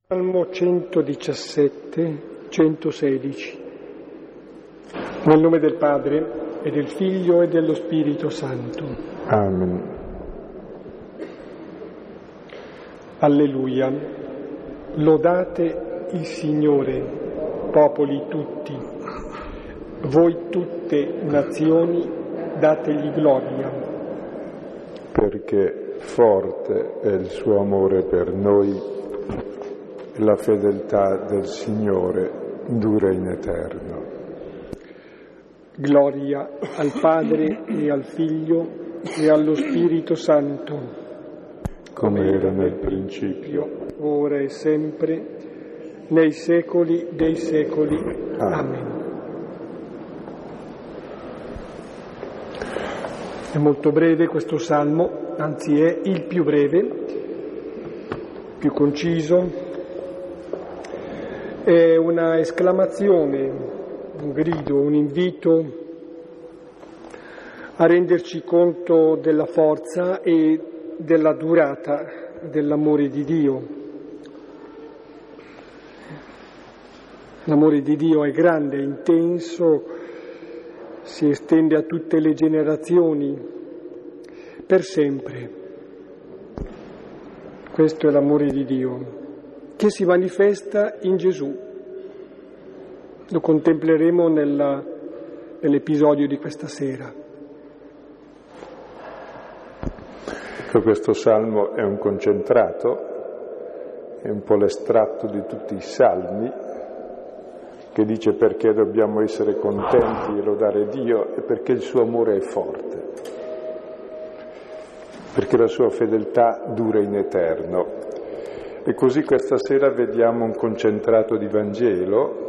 Salmo 117, 116. Nel nome del Padre e del Figlio e dello Spirito Santo. Amen. Alleluia. Lodate il Signore, popoli tutti. Voi tutte nazioni, dategli gloria. Perché forte è il suo amore per noi. La fedeltà del Signore dura in eterno. Gloria al Padre e al Figlio e allo Spirito Santo, come era nel principio, ora e sempre, nei secoli dei secoli. Amen. È molto breve questo salmo, anzi è il più breve, più conciso. È una esclamazione, un grido, un invito a renderci conto della forza e della durata dell'amore di Dio. L'amore di Dio è grande, è intenso, si estende a tutte le generazioni, per sempre. Questo è l'amore di Dio, che si manifesta in Gesù. Lo contempleremo nell'episodio di questa sera. Questo salmo è un concentrato, è un po' l'estratto di tutti i salmi, che dice perché dobbiamo essere contenti e lodare Dio e perché il suo amore è forte, perché la sua fedeltà dura in eterno. E così questa sera vediamo un concentrato di Vangelo.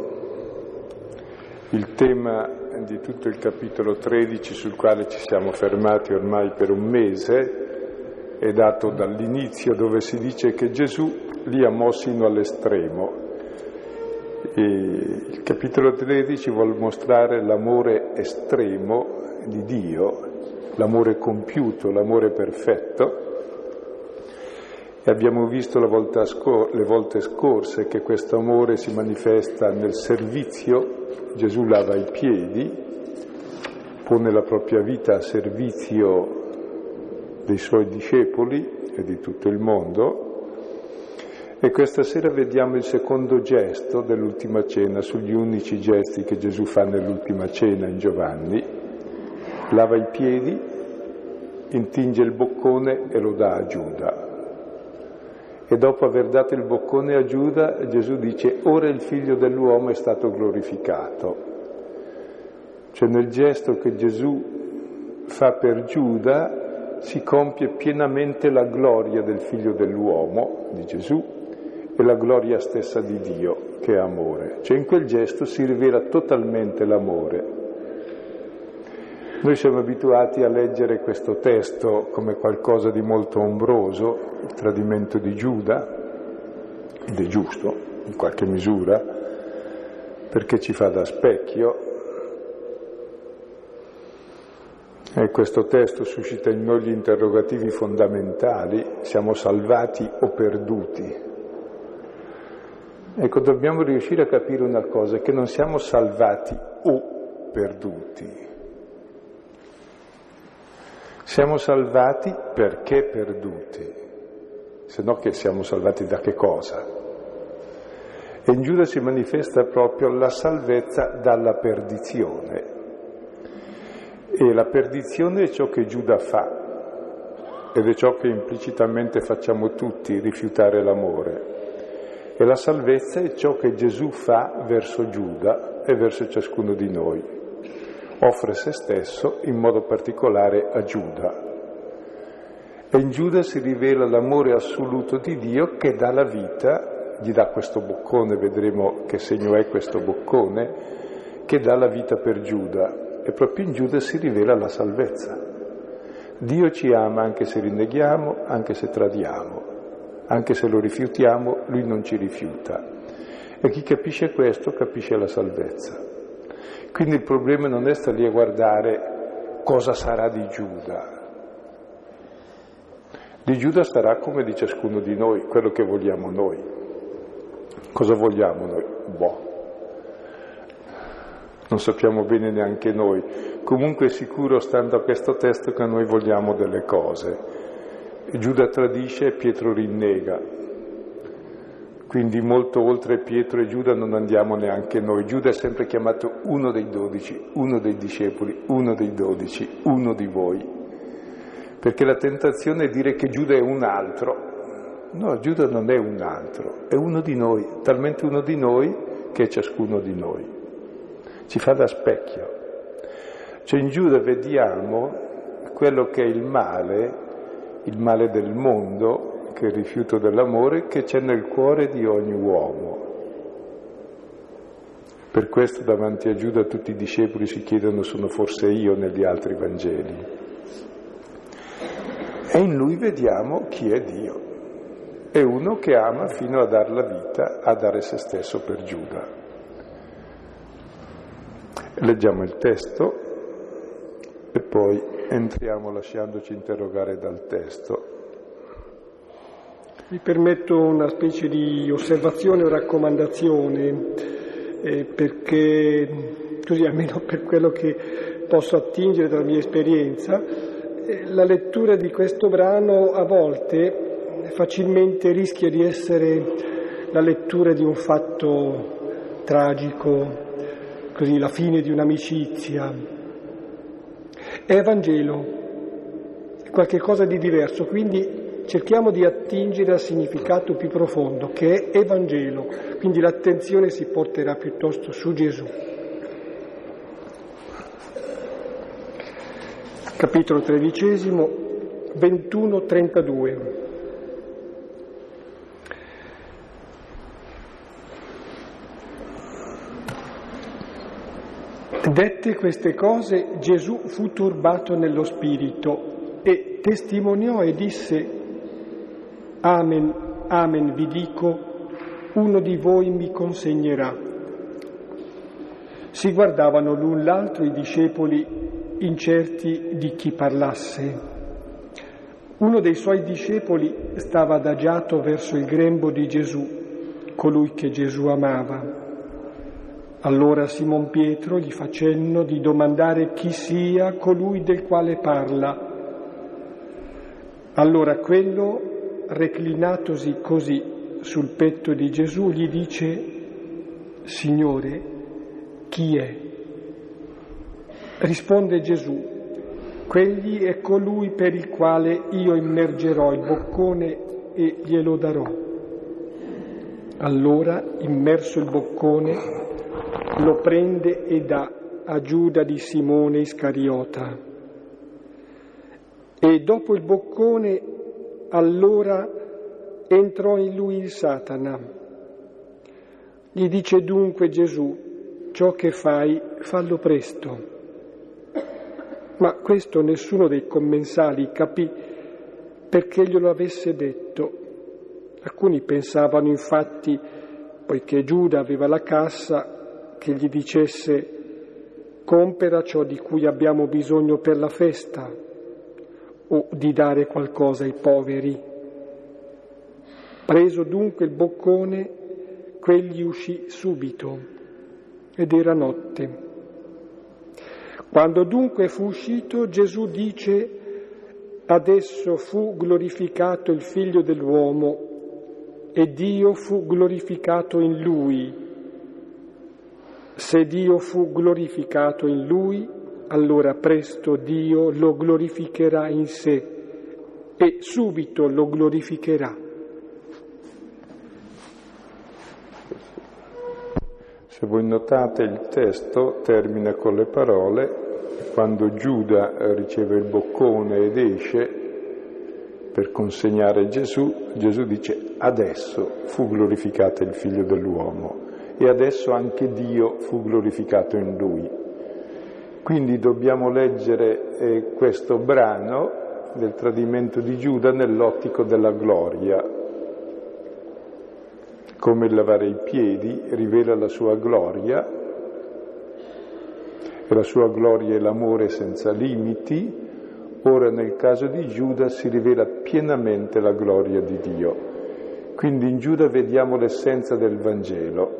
Il tema di tutto il capitolo 13, sul quale ci siamo fermati ormai per un mese, è dato dall'inizio, dove si dice che Gesù li amò sino all'estremo. E il capitolo 13 vuol mostrare l'amore estremo di Dio, l'amore compiuto, l'amore perfetto. E abbiamo visto le volte scorse che questo amore si manifesta nel servizio. Gesù lava i piedi, pone la propria vita a servizio dei suoi discepoli e di tutto il mondo. E questa sera vediamo il secondo gesto dell'ultima cena, sugli unici gesti che Gesù fa nell'ultima cena in Giovanni. Lava i piedi, intinge il boccone e lo dà a Giuda. E dopo aver dato il boccone a Giuda, Gesù dice: ora il Figlio dell'uomo è stato glorificato. Cioè nel gesto che Gesù fa per Giuda si compie pienamente la gloria del Figlio dell'uomo, di Gesù, e la gloria stessa di Dio, che è amore. Cioè in quel gesto si rivela totalmente l'amore. Noi siamo abituati a leggere questo testo come qualcosa di molto ombroso, il tradimento di Giuda, ed è giusto, in qualche misura, perché ci fa da specchio. E questo testo suscita in noi gli interrogativi fondamentali: siamo salvati o perduti? Ecco, dobbiamo riuscire a capire una cosa, che non siamo salvati o perduti. Siamo salvati perché perduti, se no che siamo salvati da che cosa? E in Giuda si manifesta proprio la salvezza dalla perdizione. E la perdizione è ciò che Giuda fa, ed è ciò che implicitamente facciamo tutti, rifiutare l'amore. E la salvezza è ciò che Gesù fa verso Giuda e verso ciascuno di noi. Offre se stesso in modo particolare a Giuda. E in Giuda si rivela l'amore assoluto di Dio che dà la vita, gli dà questo boccone, vedremo che segno è questo boccone, che dà la vita per Giuda. E proprio in Giuda si rivela la salvezza. Dio ci ama anche se rinneghiamo, anche se tradiamo, anche se lo rifiutiamo, Lui non ci rifiuta. E chi capisce questo capisce la salvezza. Quindi il problema non è stare lì a guardare cosa sarà di Giuda. Di Giuda sarà come di ciascuno di noi, quello che vogliamo noi. Cosa vogliamo noi? Non sappiamo bene neanche noi. Comunque è sicuro, stando a questo testo, che noi vogliamo delle cose. Giuda tradisce e Pietro rinnega. Quindi molto oltre Pietro e Giuda non andiamo neanche noi. Giuda è sempre chiamato uno dei 12, uno dei discepoli, uno dei 12, uno di voi. Perché la tentazione è dire che Giuda è un altro. No, Giuda non è un altro, è uno di noi, talmente uno di noi che è ciascuno di noi. Ci fa da specchio. Cioè in Giuda vediamo quello che è il male del mondo, che è il rifiuto dell'amore, che c'è nel cuore di ogni uomo. Per questo davanti a Giuda tutti i discepoli si chiedono: sono forse io negli altri Vangeli? E in lui vediamo chi è Dio. È uno che ama fino a dar la vita, a dare se stesso per Giuda. Leggiamo il testo e poi entriamo lasciandoci interrogare dal testo. Mi permetto una specie di osservazione o raccomandazione, perché così, almeno per quello che posso attingere dalla mia esperienza, la lettura di questo brano a volte facilmente rischia di essere la lettura di un fatto tragico, così la fine di un'amicizia. È Vangelo, è qualche cosa di diverso, quindi cerchiamo di attingere al significato più profondo, che è Evangelo, quindi l'attenzione si porterà piuttosto su Gesù. Capitolo 13, 21-32. Dette queste cose, Gesù fu turbato nello spirito e testimoniò e disse: Amen, amen, vi dico, uno di voi mi consegnerà. Si guardavano l'un l'altro i discepoli, incerti di chi parlasse. Uno dei suoi discepoli stava adagiato verso il grembo di Gesù, colui che Gesù amava. Allora Simon Pietro gli fa cenno di domandare chi sia colui del quale parla. Allora quello, reclinatosi così sul petto di Gesù, gli dice: Signore, chi è? Risponde Gesù: quegli è colui per il quale io immergerò il boccone e glielo darò. Allora, immerso il boccone, lo prende e dà a Giuda di Simone Iscariota. E dopo il boccone, allora entrò in lui il Satana. Gli dice dunque Gesù: ciò che fai, fallo presto. Ma questo nessuno dei commensali capì perché glielo avesse detto. Alcuni pensavano infatti, poiché Giuda aveva la cassa, che gli dicesse: compera ciò di cui abbiamo bisogno per la festa, o di dare qualcosa ai poveri. Preso dunque il boccone, quegli uscì subito, ed era notte. Quando dunque fu uscito, Gesù dice: adesso fu glorificato il Figlio dell'uomo, e Dio fu glorificato in lui. Se Dio fu glorificato in lui, allora presto Dio lo glorificherà in sé e subito lo glorificherà. Se voi notate, il testo termina con le parole: quando Giuda riceve il boccone ed esce per consegnare Gesù, Gesù dice: adesso fu glorificato il Figlio dell'uomo. E adesso anche Dio fu glorificato in lui. Quindi dobbiamo leggere questo brano del tradimento di Giuda nell'ottico della gloria. Come il lavare i piedi rivela la sua gloria, e la sua gloria è l'amore senza limiti. Ora nel caso di Giuda si rivela pienamente la gloria di Dio. Quindi in Giuda vediamo l'essenza del Vangelo.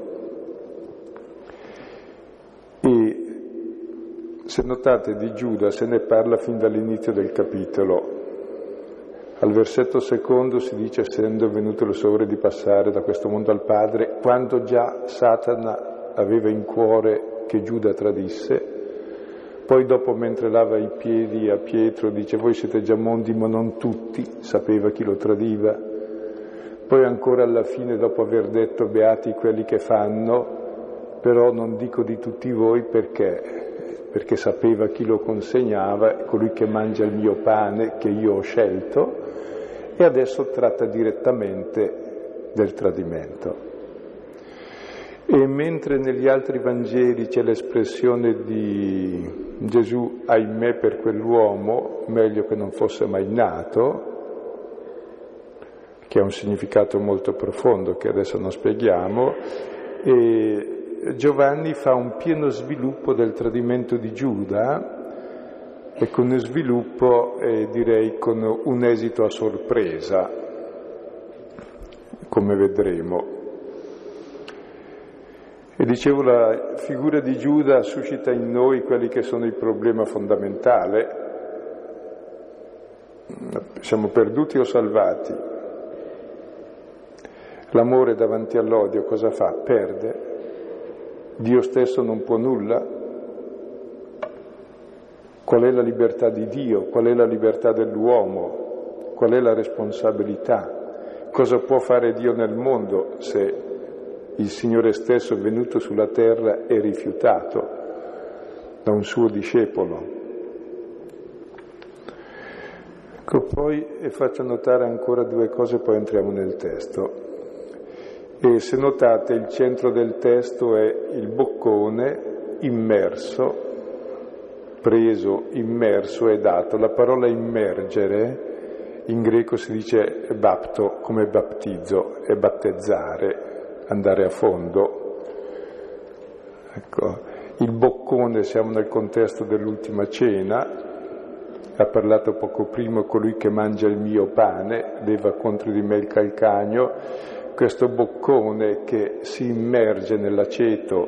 E se notate di Giuda se ne parla fin dall'inizio del capitolo. Al versetto secondo si dice: essendo venuto le sue ore di passare da questo mondo al Padre, quando già Satana aveva in cuore che Giuda tradisse. Poi dopo, mentre lava i piedi a Pietro, dice: voi siete già mondi ma non tutti, sapeva chi lo tradiva. Poi ancora alla fine, dopo aver detto: beati quelli che fanno, però non dico di tutti voi, perché sapeva chi lo consegnava, colui che mangia il mio pane che io ho scelto, e adesso tratta direttamente del tradimento. E mentre negli altri Vangeli c'è l'espressione di Gesù, ahimè per quell'uomo, meglio che non fosse mai nato, che ha un significato molto profondo che adesso non spieghiamo, e Giovanni fa un pieno sviluppo del tradimento di Giuda, e con sviluppo direi con un esito a sorpresa, come vedremo. E dicevo, la figura di Giuda suscita in noi quelli che sono il problema fondamentale. Siamo perduti o salvati? L'amore davanti all'odio cosa fa? Perde. Dio stesso non può nulla. Qual è la libertà di Dio? Qual è la libertà dell'uomo? Qual è la responsabilità? Cosa può fare Dio nel mondo se il Signore stesso è venuto sulla terra e rifiutato da un suo discepolo? Ecco, poi faccio notare ancora due cose, poi entriamo nel testo. E se notate, il centro del testo è il boccone immerso, preso, immerso e dato. La parola immergere in greco si dice bapto, come battizzo, è battezzare, andare a fondo. Ecco, il boccone, siamo nel contesto dell'ultima cena, ha parlato poco prima: colui che mangia il mio pane leva contro di me il calcagno. Questo boccone che si immerge nell'aceto,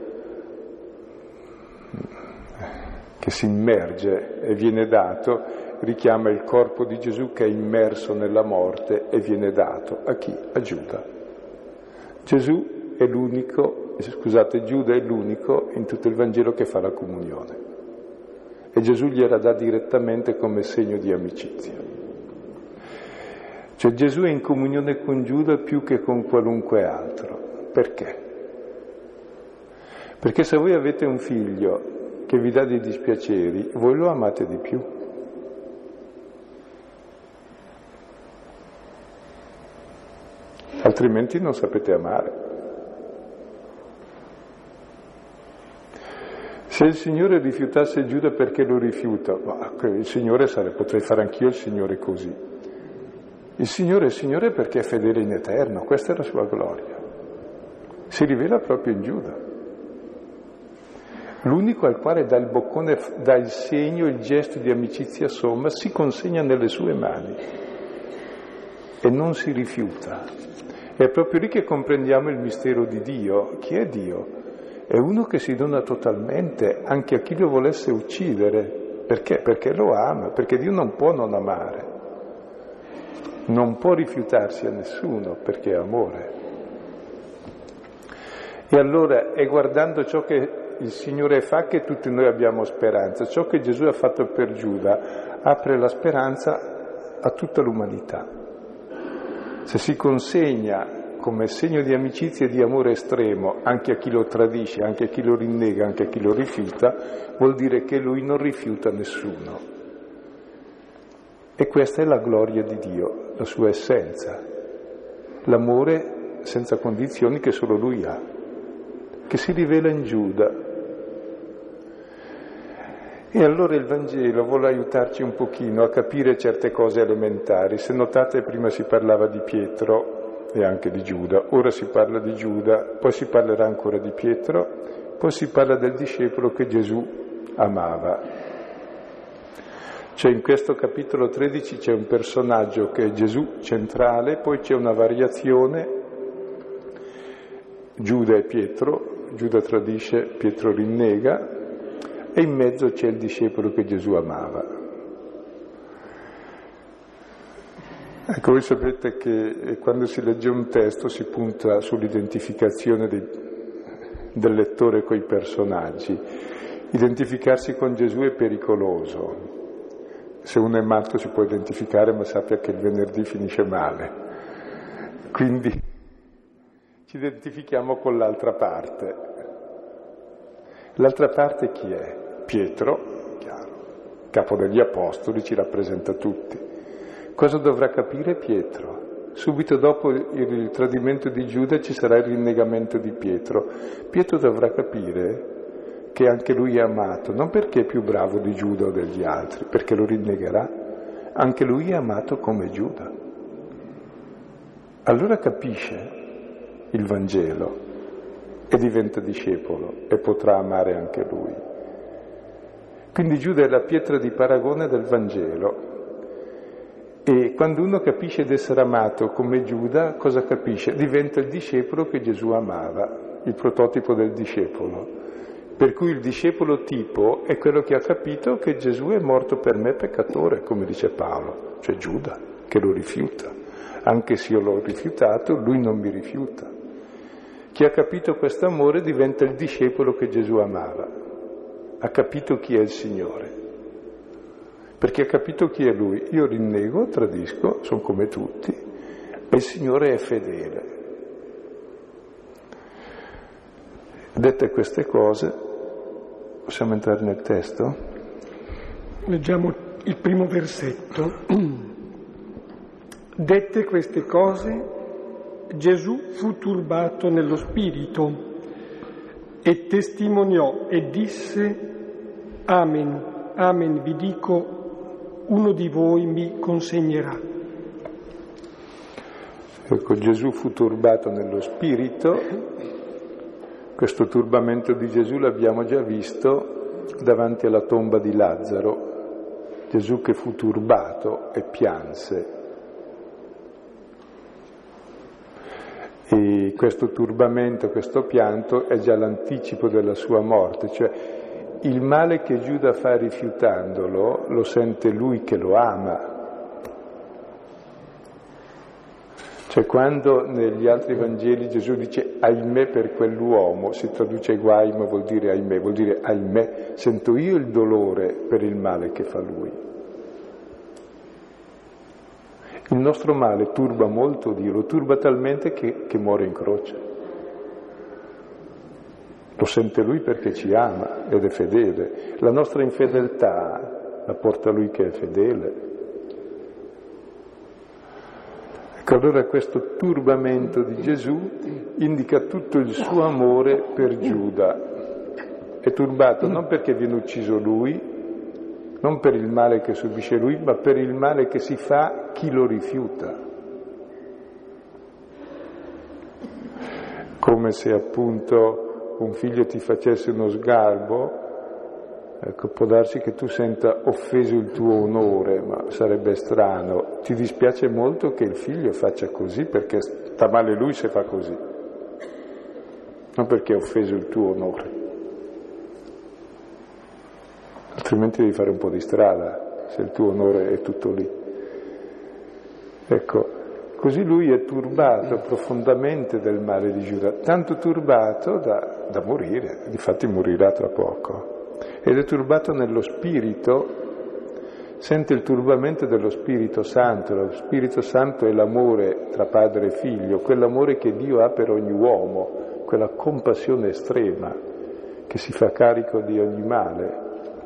che si immerge e viene dato, richiama il corpo di Gesù che è immerso nella morte e viene dato a chi? A Giuda. Gesù è l'unico, Giuda è l'unico in tutto il Vangelo che fa la comunione. E Gesù gliela dà direttamente come segno di amicizia. Cioè Gesù è in comunione con Giuda più che con qualunque altro. Perché? Perché se voi avete un figlio che vi dà dei dispiaceri, voi lo amate di più. Altrimenti non sapete amare. Se il Signore rifiutasse Giuda perché lo rifiuta, il Signore potrei fare anch'io il Signore così. Il Signore è Signore perché è fedele in eterno, questa è la sua gloria. Si rivela proprio in Giuda. L'unico al quale dà il boccone, dà il segno, il gesto di amicizia somma, si consegna nelle sue mani e non si rifiuta. È proprio lì che comprendiamo il mistero di Dio. Chi è Dio? È uno che si dona totalmente anche a chi lo volesse uccidere. Perché? Perché lo ama, perché Dio non può non amare. Non può rifiutarsi a nessuno perché è amore. E allora è guardando ciò che il Signore fa che tutti noi abbiamo speranza. Ciò che Gesù ha fatto per Giuda apre la speranza a tutta l'umanità. Se si consegna come segno di amicizia e di amore estremo anche a chi lo tradisce, anche a chi lo rinnega, anche a chi lo rifiuta, vuol dire che Lui non rifiuta nessuno. E questa è la gloria di Dio, la sua essenza, l'amore senza condizioni che solo Lui ha, che si rivela in Giuda. E allora il Vangelo vuole aiutarci un pochino a capire certe cose elementari. Se notate, prima si parlava di Pietro e anche di Giuda, ora si parla di Giuda, poi si parlerà ancora di Pietro, poi si parla del discepolo che Gesù amava. Cioè in questo capitolo 13 c'è un personaggio che è Gesù centrale, poi c'è una variazione, Giuda e Pietro, Giuda tradisce, Pietro rinnega, e in mezzo c'è il discepolo che Gesù amava. Ecco, voi sapete che quando si legge un testo si punta sull'identificazione del lettore coi personaggi. Identificarsi con Gesù è pericoloso. Se uno è matto si può identificare, ma sappia che il venerdì finisce male. Quindi ci identifichiamo con l'altra parte. L'altra parte chi è? Pietro, chiaro, capo degli apostoli, ci rappresenta tutti. Cosa dovrà capire Pietro? Subito dopo il tradimento di Giuda ci sarà il rinnegamento di Pietro. Pietro dovrà capire che anche lui è amato, non perché è più bravo di Giuda o degli altri, perché lo rinnegherà. Anche lui è amato come Giuda. Allora capisce il Vangelo e diventa discepolo e potrà amare anche lui. Quindi Giuda è la pietra di paragone del Vangelo. E quando uno capisce di essere amato come Giuda, cosa capisce? Diventa il discepolo che Gesù amava, il prototipo del discepolo. Per cui il discepolo tipo è quello che ha capito che Gesù è morto per me peccatore, come dice Paolo, cioè Giuda, che lo rifiuta. Anche se io l'ho rifiutato, lui non mi rifiuta. Chi ha capito questo amore diventa il discepolo che Gesù amava. Ha capito chi è il Signore. Perché ha capito chi è Lui. Io rinnego, tradisco, sono come tutti, e il Signore è fedele. Dette queste cose, possiamo entrare nel testo? Leggiamo il primo versetto. Dette queste cose, Gesù fu turbato nello spirito e testimoniò e disse: Amen, amen, vi dico, uno di voi mi consegnerà. Ecco, Gesù fu turbato nello spirito. Questo turbamento di Gesù l'abbiamo già visto davanti alla tomba di Lazzaro. Gesù che fu turbato e pianse. E questo turbamento, questo pianto è già l'anticipo della sua morte, cioè il male che Giuda fa rifiutandolo lo sente lui che lo ama. Cioè quando negli altri Vangeli Gesù dice ahimè per quell'uomo, si traduce guai ma vuol dire ahimè, sento io il dolore per il male che fa lui. Il nostro male turba molto Dio, lo turba talmente che muore in croce. Lo sente lui perché ci ama ed è fedele. La nostra infedeltà la porta lui che è fedele. Ecco, allora questo turbamento di Gesù indica tutto il suo amore per Giuda. È turbato non perché viene ucciso lui, non per il male che subisce lui, ma per il male che si fa chi lo rifiuta. Come se appunto un figlio ti facesse uno sgarbo, ecco, può darsi che tu senta offeso il tuo onore, ma sarebbe strano. Ti dispiace molto che il figlio faccia così perché sta male lui se fa così, non perché ha offeso il tuo onore. Altrimenti devi fare un po' di strada, se il tuo onore è tutto lì. Ecco, così lui è turbato profondamente del male di Giuda, tanto turbato da morire, difatti morirà tra poco. Ed è turbato nello spirito, sente il turbamento dello Spirito Santo. Lo Spirito Santo è l'amore tra padre e figlio, quell'amore che Dio ha per ogni uomo, quella compassione estrema che si fa carico di ogni male.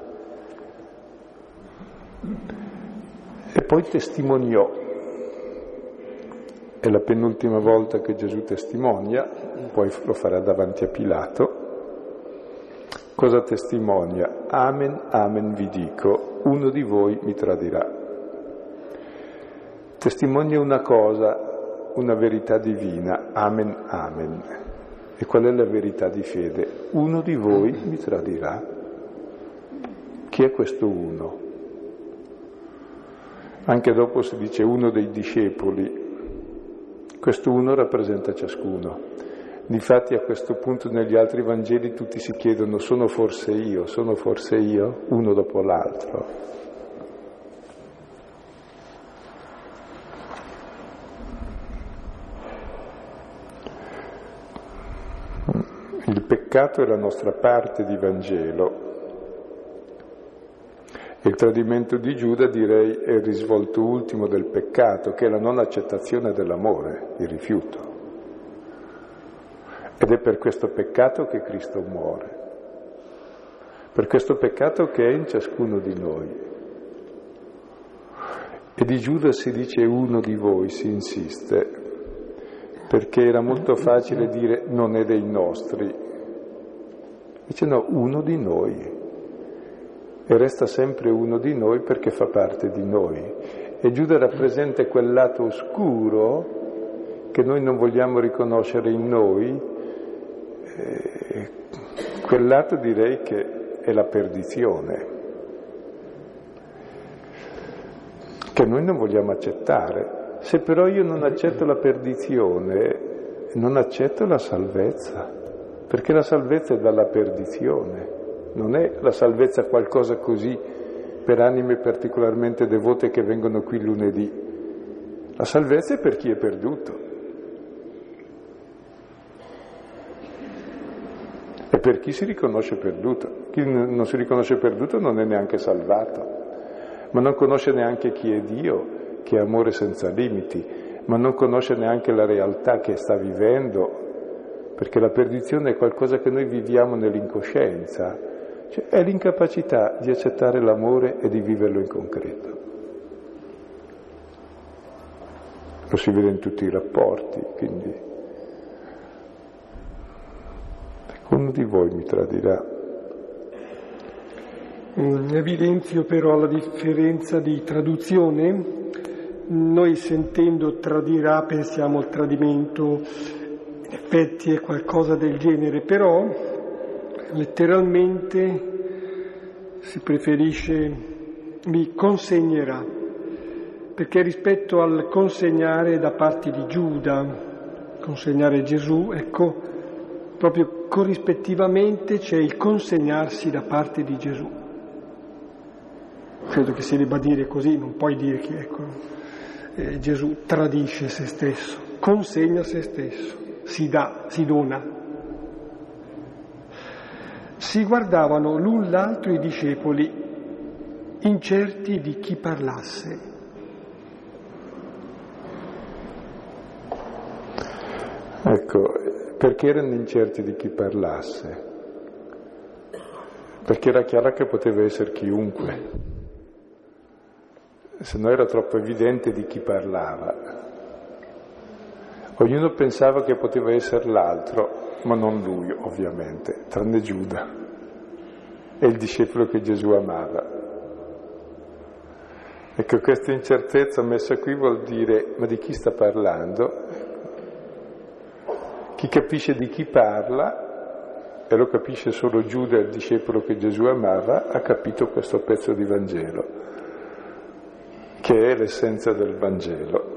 E poi testimoniò. È la penultima volta che Gesù testimonia, poi lo farà davanti a Pilato. Cosa testimonia? Amen, amen vi dico, uno di voi mi tradirà. Testimonia una cosa, una verità divina, amen, amen. E qual è la verità di fede? Uno di voi mi tradirà. Chi è questo uno? Anche dopo si dice uno dei discepoli, questo uno rappresenta ciascuno. Difatti a questo punto negli altri Vangeli tutti si chiedono: sono forse io, uno dopo l'altro. Il peccato è la nostra parte di Vangelo. Il tradimento di Giuda, direi, è il risvolto ultimo del peccato, che è la non accettazione dell'amore, il rifiuto. Ed è per questo peccato che Cristo muore, per questo peccato che è in ciascuno di noi. E di Giuda si dice uno di voi, si insiste, perché era molto facile dire non è dei nostri. Dice no, uno di noi. E resta sempre uno di noi perché fa parte di noi. E Giuda rappresenta quel lato oscuro che noi non vogliamo riconoscere in noi, quel lato direi che è la perdizione, che noi non vogliamo accettare. Se però io non accetto la perdizione, non accetto la salvezza, perché la salvezza è dalla perdizione. Non è la salvezza qualcosa così per anime particolarmente devote che vengono qui lunedì. La salvezza è per chi è perduto. E per chi si riconosce perduto. Chi non si riconosce perduto non è neanche salvato, ma non conosce neanche chi è Dio, che è amore senza limiti, ma non conosce neanche la realtà che sta vivendo, perché la perdizione è qualcosa che noi viviamo nell'incoscienza. Cioè, è l'incapacità di accettare l'amore e di viverlo in concreto. Lo si vede in tutti i rapporti, quindi uno di voi mi tradirà. Evidenzio però la differenza di traduzione. Noi sentendo tradirà pensiamo al tradimento, in effetti è qualcosa del genere, però letteralmente si preferisce vi consegnerà, perché rispetto al consegnare da parte di Giuda, consegnare Gesù, ecco, proprio corrispettivamente c'è il consegnarsi da parte di Gesù. Credo che si debba dire così, non puoi dire che Gesù tradisce se stesso, consegna se stesso, si dà, si dona. Si guardavano l'un l'altro i discepoli, incerti di chi parlasse. Ecco, perché erano incerti di chi parlasse? Perché era chiaro che poteva essere chiunque, se no era troppo evidente di chi parlava. Ognuno pensava che poteva essere l'altro, ma non lui, ovviamente, tranne Giuda, è il discepolo che Gesù amava. Ecco, questa incertezza messa qui vuol dire, ma di chi sta parlando? Chi capisce di chi parla, e lo capisce solo Giuda, il discepolo che Gesù amava, ha capito questo pezzo di Vangelo, che è l'essenza del Vangelo.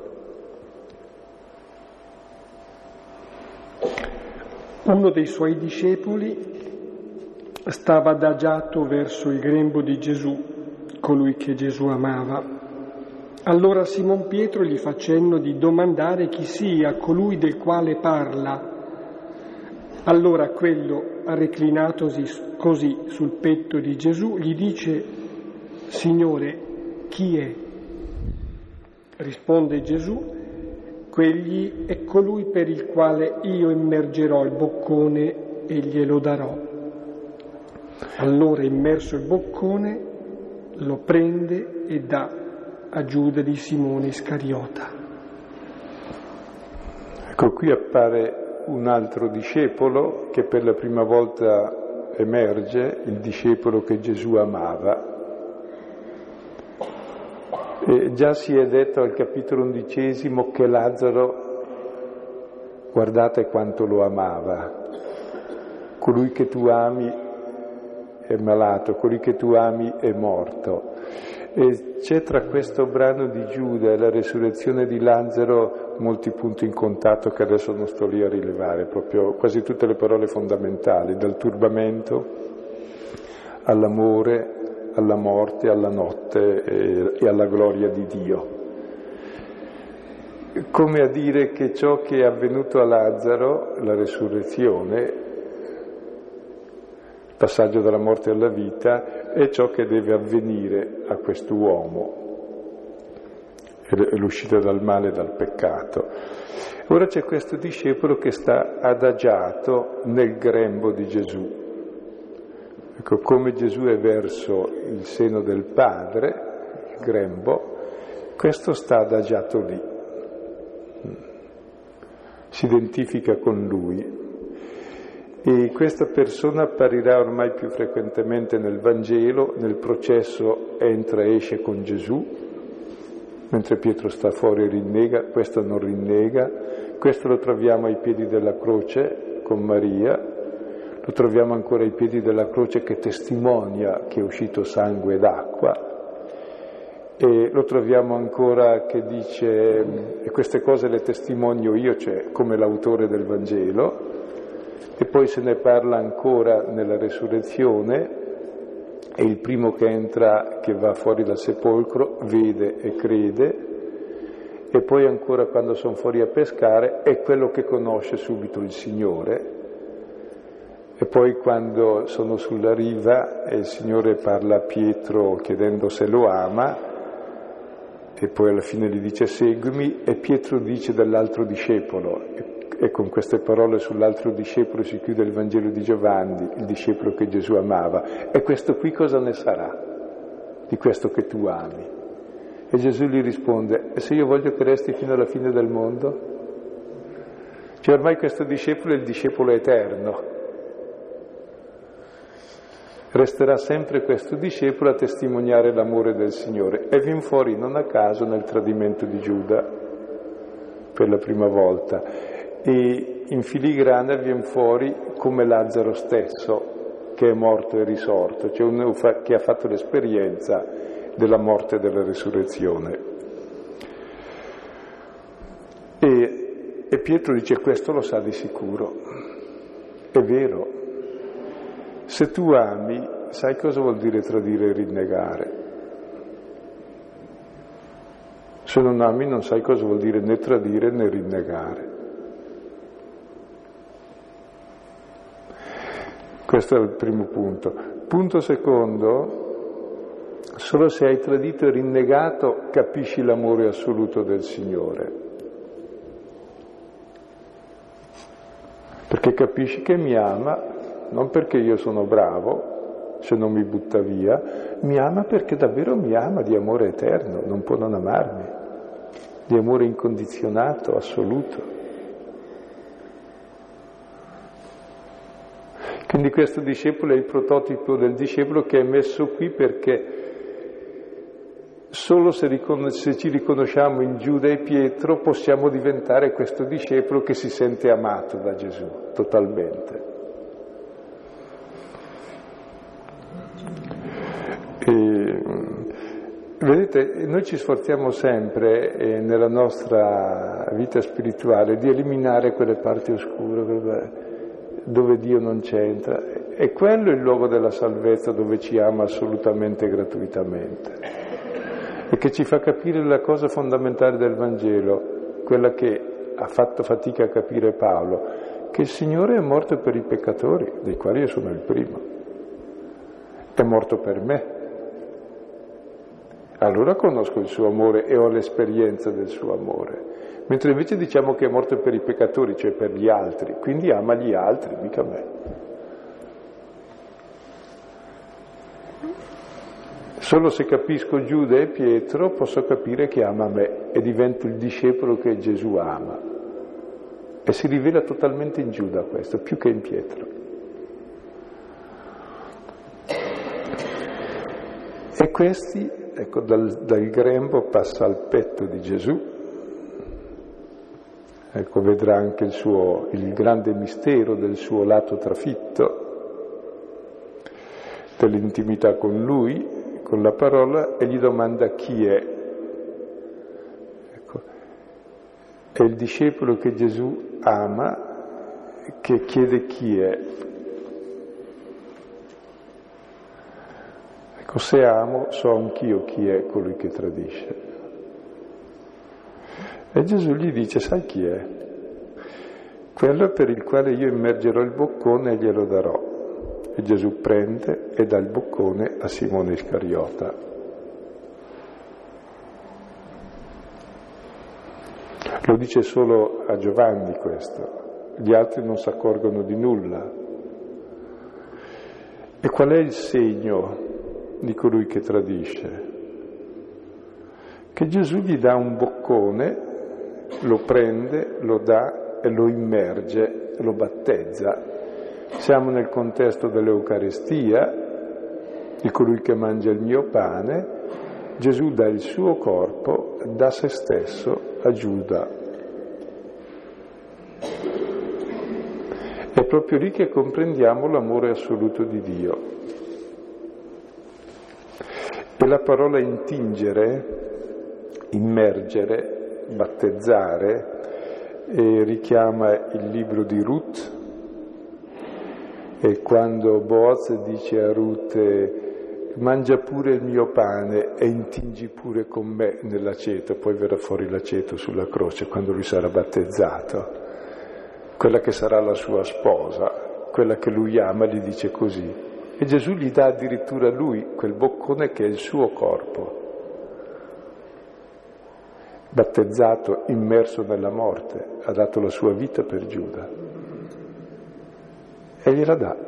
Uno dei suoi discepoli stava adagiato verso il grembo di Gesù, colui che Gesù amava. Allora Simon Pietro gli fa cenno di domandare chi sia colui del quale parla. Allora quello, reclinatosi così sul petto di Gesù, gli dice: Signore, chi è? Risponde Gesù: quegli è colui per il quale io immergerò il boccone e glielo darò. Allora, immerso il boccone, lo prende e dà a Giuda di Simone Iscariota. Ecco, qui appare un altro discepolo che per la prima volta emerge, il discepolo che Gesù amava. E già si è detto al capitolo 11 che Lazzaro, guardate quanto lo amava. Colui che tu ami è malato, colui che tu ami è morto. E c'è tra questo brano di Giuda e la resurrezione di Lazzaro molti punti in contatto che adesso non sto lì a rilevare, proprio quasi tutte le parole fondamentali, dal turbamento all'amore, alla morte, alla notte e alla gloria di Dio. Come a dire che ciò che è avvenuto a Lazzaro, la resurrezione, il passaggio dalla morte alla vita, è ciò che deve avvenire a quest'uomo, è l'uscita dal male e dal peccato. Ora c'è questo discepolo che sta adagiato nel grembo di Gesù. Ecco, come Gesù è verso il seno del Padre, il grembo, questo sta adagiato lì. Si identifica con lui. E questa persona apparirà ormai più frequentemente nel Vangelo, nel processo entra e esce con Gesù, mentre Pietro sta fuori e rinnega, questo non rinnega, questo lo troviamo ai piedi della croce con Maria, lo troviamo ancora ai piedi della croce che testimonia che è uscito sangue ed acqua, e lo troviamo ancora che dice, e queste cose le testimonio io, cioè come l'autore del Vangelo. E poi se ne parla ancora nella resurrezione, è il primo che entra, che va fuori dal sepolcro, vede e crede, e poi ancora quando sono fuori a pescare è quello che conosce subito il Signore, e poi quando sono sulla riva e il Signore parla a Pietro chiedendo se lo ama, e poi alla fine gli dice seguimi, e Pietro dice dell'altro discepolo, e con queste parole sull'altro discepolo si chiude il Vangelo di Giovanni, il discepolo che Gesù amava. E questo qui cosa ne sarà, di questo che tu ami? E Gesù gli risponde, e se io voglio che resti fino alla fine del mondo? Cioè ormai questo discepolo è il discepolo eterno. Resterà sempre questo discepolo a testimoniare l'amore del Signore. E viene fuori non a caso nel tradimento di Giuda, per la prima volta. E in filigrana viene fuori come Lazzaro stesso, che è morto e risorto, cioè uno che ha fatto l'esperienza della morte e della resurrezione. E Pietro dice, questo lo sa di sicuro. È vero. Se tu ami, sai cosa vuol dire tradire e rinnegare? Se non ami non sai cosa vuol dire né tradire né rinnegare. Questo è il primo punto. Punto secondo, solo se hai tradito e rinnegato capisci l'amore assoluto del Signore. Perché capisci che mi ama, non perché io sono bravo, se non mi butta via, mi ama perché davvero mi ama di amore eterno, non può non amarmi, di amore incondizionato, assoluto. Quindi questo discepolo è il prototipo del discepolo che è messo qui perché solo se ci riconosciamo in Giuda e Pietro possiamo diventare questo discepolo che si sente amato da Gesù, totalmente. E, vedete, noi ci sforziamo sempre nella nostra vita spirituale di eliminare quelle parti oscure, dove Dio non c'entra, e quello è il luogo della salvezza, dove ci ama assolutamente gratuitamente e che ci fa capire la cosa fondamentale del Vangelo, quella che ha fatto fatica a capire Paolo, che il Signore è morto per i peccatori, dei quali io sono il primo, è morto per me. Allora conosco il suo amore e ho l'esperienza del suo amore. Mentre invece diciamo che è morto per i peccatori, cioè per gli altri, quindi ama gli altri, mica me. Solo se capisco Giuda e Pietro posso capire che ama me e divento il discepolo che Gesù ama. E si rivela totalmente in Giuda questo, più che in Pietro. E questi, ecco, dal grembo passa al petto di Gesù. Ecco, vedrà anche il grande mistero del suo lato trafitto, dell'intimità con Lui, con la parola e gli domanda chi è. Ecco, è il discepolo che Gesù ama che chiede chi è. Ecco, se amo, so anch'io chi è colui che tradisce. E Gesù gli dice, sai chi è? Quello per il quale io immergerò il boccone e glielo darò. E Gesù prende e dà il boccone a Simone Iscariota. Lo dice solo a Giovanni questo, gli altri non si accorgono di nulla. E qual è il segno di colui che tradisce? Che Gesù gli dà un boccone, lo prende, lo dà e lo immerge, lo battezza. Siamo nel contesto dell'Eucaristia, di colui che mangia il mio pane. Gesù dà il suo corpo, dà se stesso a Giuda. È proprio lì che comprendiamo l'amore assoluto di Dio. E la parola intingere, immergere, battezzare, richiama il libro di Ruth. E quando Boaz dice a Ruth, mangia pure il mio pane e intingi pure con me nell'aceto, poi verrà fuori l'aceto sulla croce quando lui sarà battezzato, quella che sarà la sua sposa, quella che lui ama, gli dice così. E Gesù gli dà addirittura a lui quel boccone che è il suo corpo, battezzato, immerso nella morte, ha dato la sua vita per Giuda. E gliela dà.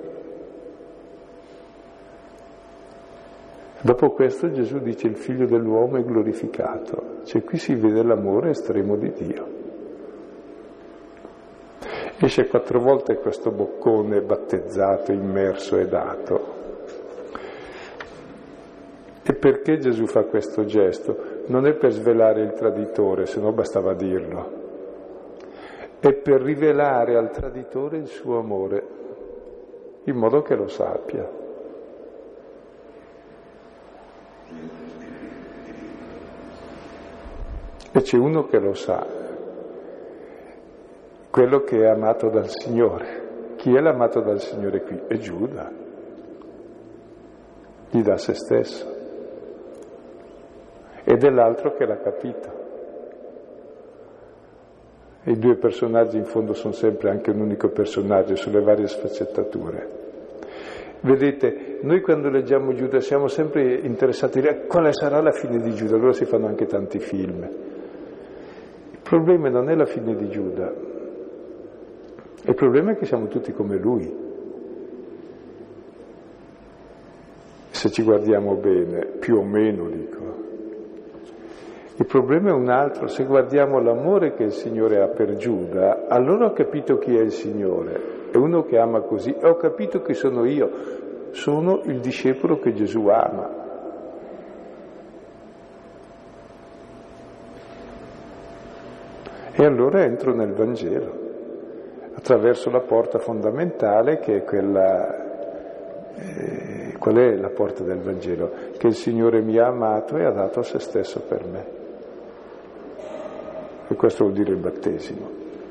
Dopo questo Gesù dice il figlio dell'uomo è glorificato. Cioè qui si vede l'amore estremo di Dio. Esce 4 volte questo boccone battezzato, immerso e dato. E perché Gesù fa questo gesto? Non è per svelare il traditore, se no bastava dirlo. È per rivelare al traditore il suo amore, in modo che lo sappia. E c'è uno che lo sa, quello che è amato dal Signore. Chi è l'amato dal Signore qui? È Giuda. Gli dà se stesso. Ed è l'altro che l'ha capito. I 2 personaggi in fondo sono sempre anche un unico personaggio, sulle varie sfaccettature. Vedete, noi quando leggiamo Giuda siamo sempre interessati a dire quale sarà la fine di Giuda, allora si fanno anche tanti film. Il problema non è la fine di Giuda, il problema è che siamo tutti come lui. Se ci guardiamo bene, più o meno dico. Il problema è un altro, se guardiamo l'amore che il Signore ha per Giuda, allora ho capito chi è il Signore, è uno che ama così, e ho capito chi sono io, sono il discepolo che Gesù ama. E allora entro nel Vangelo, attraverso la porta fondamentale che è quella. Qual è la porta del Vangelo? Che il Signore mi ha amato e ha dato se stesso per me. E questo vuol dire il battesimo.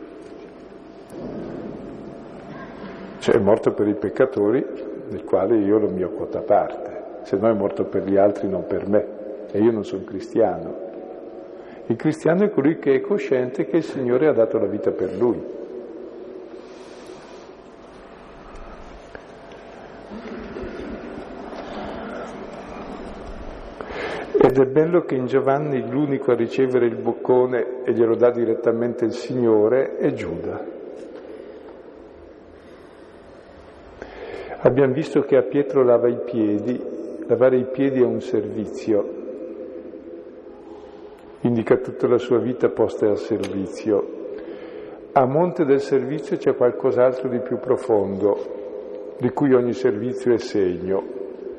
Cioè è morto per i peccatori, del quale io ho la mia quota parte, se no è morto per gli altri, non per me, e io non sono cristiano. Il cristiano è colui che è cosciente che il Signore ha dato la vita per lui. Ed è bello che in Giovanni l'unico a ricevere il boccone e glielo dà direttamente il Signore è Giuda. Abbiamo visto che a Pietro lava i piedi, lavare i piedi è un servizio, indica tutta la sua vita posta al servizio. A monte del servizio c'è qualcos'altro di più profondo, di cui ogni servizio è segno.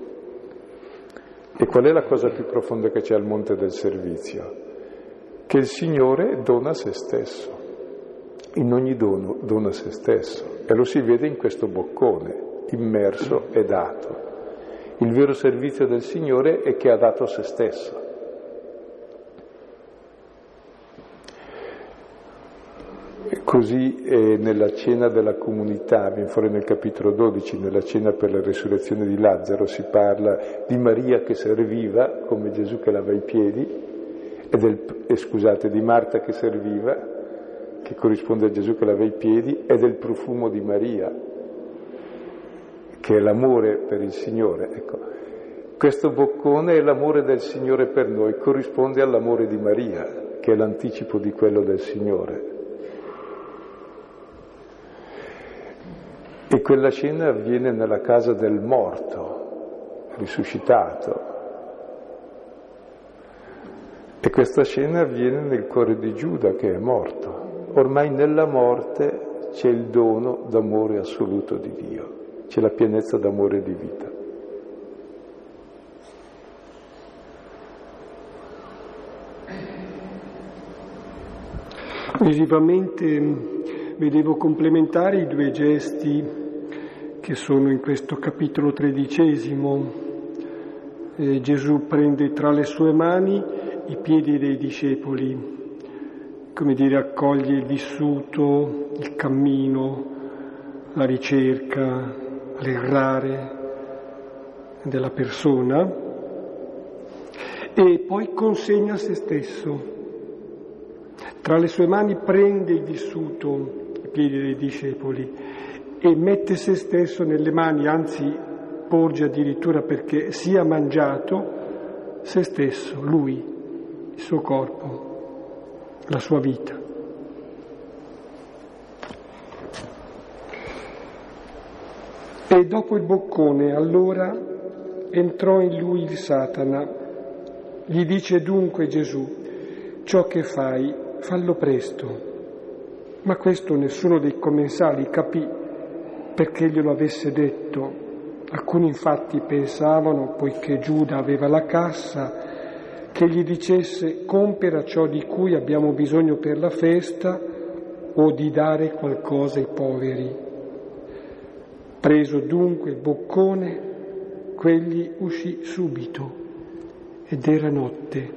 E qual è la cosa più profonda che c'è al monte del servizio? Che il Signore dona se stesso. In ogni dono dona se stesso. E lo si vede in questo boccone, immerso e dato. Il vero servizio del Signore è che ha dato se stesso. Così nella cena della comunità, viene fuori nel capitolo 12, nella cena per la resurrezione di Lazzaro, si parla di Maria che serviva, come Gesù che lava i piedi, di Marta che serviva, che corrisponde a Gesù che lava i piedi, e del profumo di Maria, che è l'amore per il Signore. Ecco, questo boccone è l'amore del Signore per noi, corrisponde all'amore di Maria, che è l'anticipo di quello del Signore. E quella cena avviene nella casa del morto, risuscitato. E questa cena avviene nel cuore di Giuda che è morto. Ormai nella morte c'è il dono d'amore assoluto di Dio, c'è la pienezza d'amore di vita. Visivamente vedevo complementari i due gesti che sono in questo capitolo 13. Gesù prende tra le sue mani i piedi dei discepoli, come dire, accoglie il vissuto, il cammino, la ricerca, l'errare della persona e poi consegna se stesso. Tra le sue mani prende il vissuto, i piedi dei discepoli, e mette se stesso nelle mani, anzi porge addirittura perché sia mangiato se stesso, lui, il suo corpo, la sua vita. E dopo il boccone, allora entrò in lui il Satana. Gli dice dunque Gesù: ciò che fai, fallo presto. Ma questo nessuno dei commensali capì perché glielo avesse detto. Alcuni infatti pensavano, poiché Giuda aveva la cassa, che gli dicesse: compera ciò di cui abbiamo bisogno per la festa, o di dare qualcosa ai poveri. Preso dunque il boccone, quegli uscì subito, ed era notte.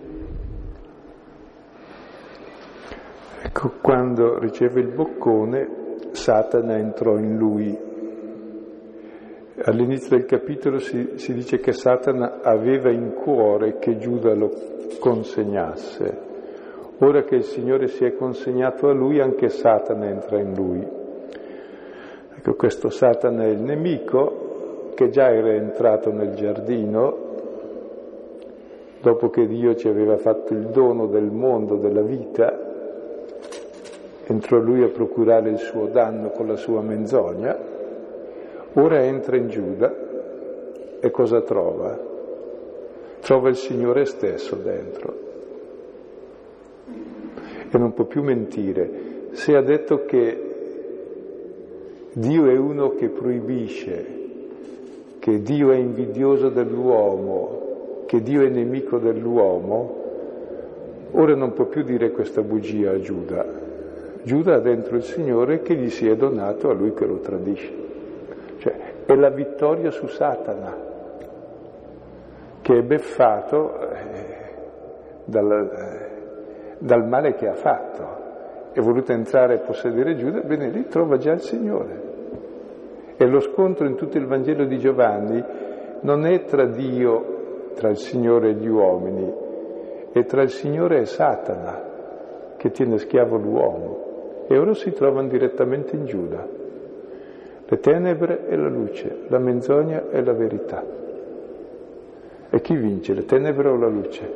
Ecco, quando riceve il boccone, Satana entrò in lui. All'inizio del capitolo si dice che Satana aveva in cuore che Giuda lo consegnasse. Ora che il Signore si è consegnato a lui, anche Satana entra in lui. Ecco, questo Satana è il nemico che già era entrato nel giardino, dopo che Dio ci aveva fatto il dono del mondo, della vita. Entrò lui a procurare il suo danno con la sua menzogna. Ora entra in Giuda e cosa trova? Trova il Signore stesso dentro. E non può più mentire. Se ha detto che Dio è uno che proibisce, che Dio è invidioso dell'uomo, che Dio è nemico dell'uomo, ora non può più dire questa bugia a Giuda. Giuda ha dentro il Signore che gli si è donato a lui che lo tradisce. Cioè, è la vittoria su Satana, che è beffato dal male che ha fatto. È voluto entrare e possedere Giuda, bene, lì trova già il Signore. E lo scontro in tutto il Vangelo di Giovanni non è tra Dio, tra il Signore e gli uomini, è tra il Signore e Satana, che tiene schiavo l'uomo. E ora si trovano direttamente in Giuda. Le tenebre e la luce, la menzogna e la verità. E chi vince, le tenebre o la luce?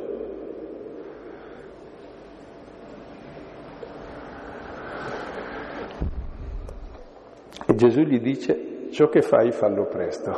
E Gesù gli dice: ciò che fai, fallo presto.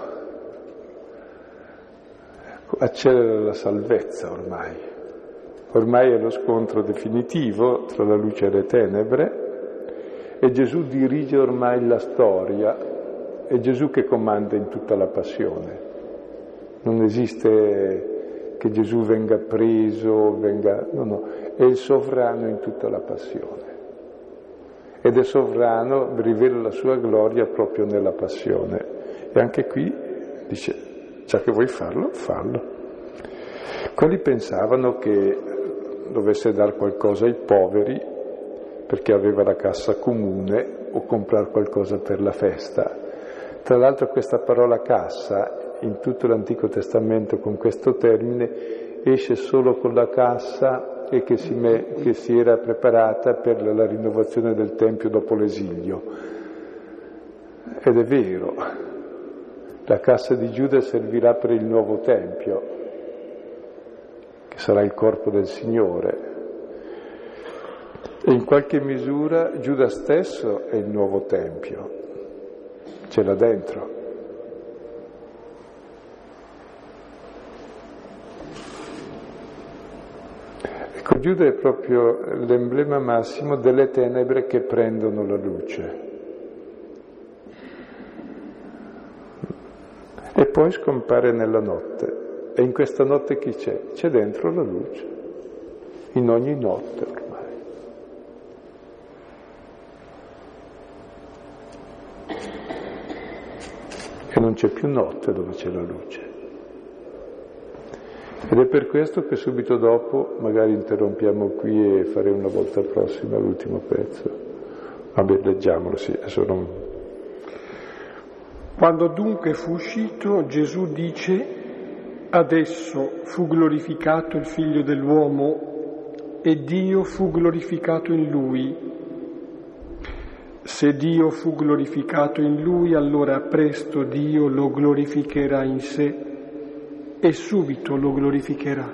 Accelera la salvezza ormai. Ormai è lo scontro definitivo tra la luce e le tenebre. E Gesù dirige ormai la storia, è Gesù che comanda in tutta la passione. Non esiste che Gesù venga preso, no, è il sovrano in tutta la passione. Ed è sovrano, rivela la sua gloria proprio nella passione. E anche qui dice: già che vuoi farlo, fallo. Quelli pensavano che dovesse dar qualcosa ai poveri perché aveva la cassa comune o comprare qualcosa per la festa. Tra l'altro questa parola cassa, in tutto l'Antico Testamento con questo termine, esce solo con la cassa e che si era preparata per la rinnovazione del Tempio dopo l'esilio. Ed è vero, la cassa di Giuda servirà per il nuovo Tempio, che sarà il corpo del Signore. E in qualche misura Giuda stesso è il nuovo Tempio, c'è là dentro. Ecco, Giuda è proprio l'emblema massimo delle tenebre che prendono la luce. E poi scompare nella notte. E in questa notte chi c'è? C'è dentro la luce, in ogni notte ormai. E non c'è più notte dove c'è la luce. Ed è per questo che subito dopo, magari interrompiamo qui e faremo una volta prossima l'ultimo pezzo. Vabbè, leggiamolo, sì, adesso non... Quando dunque fu uscito, Gesù dice: adesso fu glorificato il Figlio dell'uomo e Dio fu glorificato in Lui. Se Dio fu glorificato in Lui, allora presto Dio lo glorificherà in sé e subito lo glorificherà.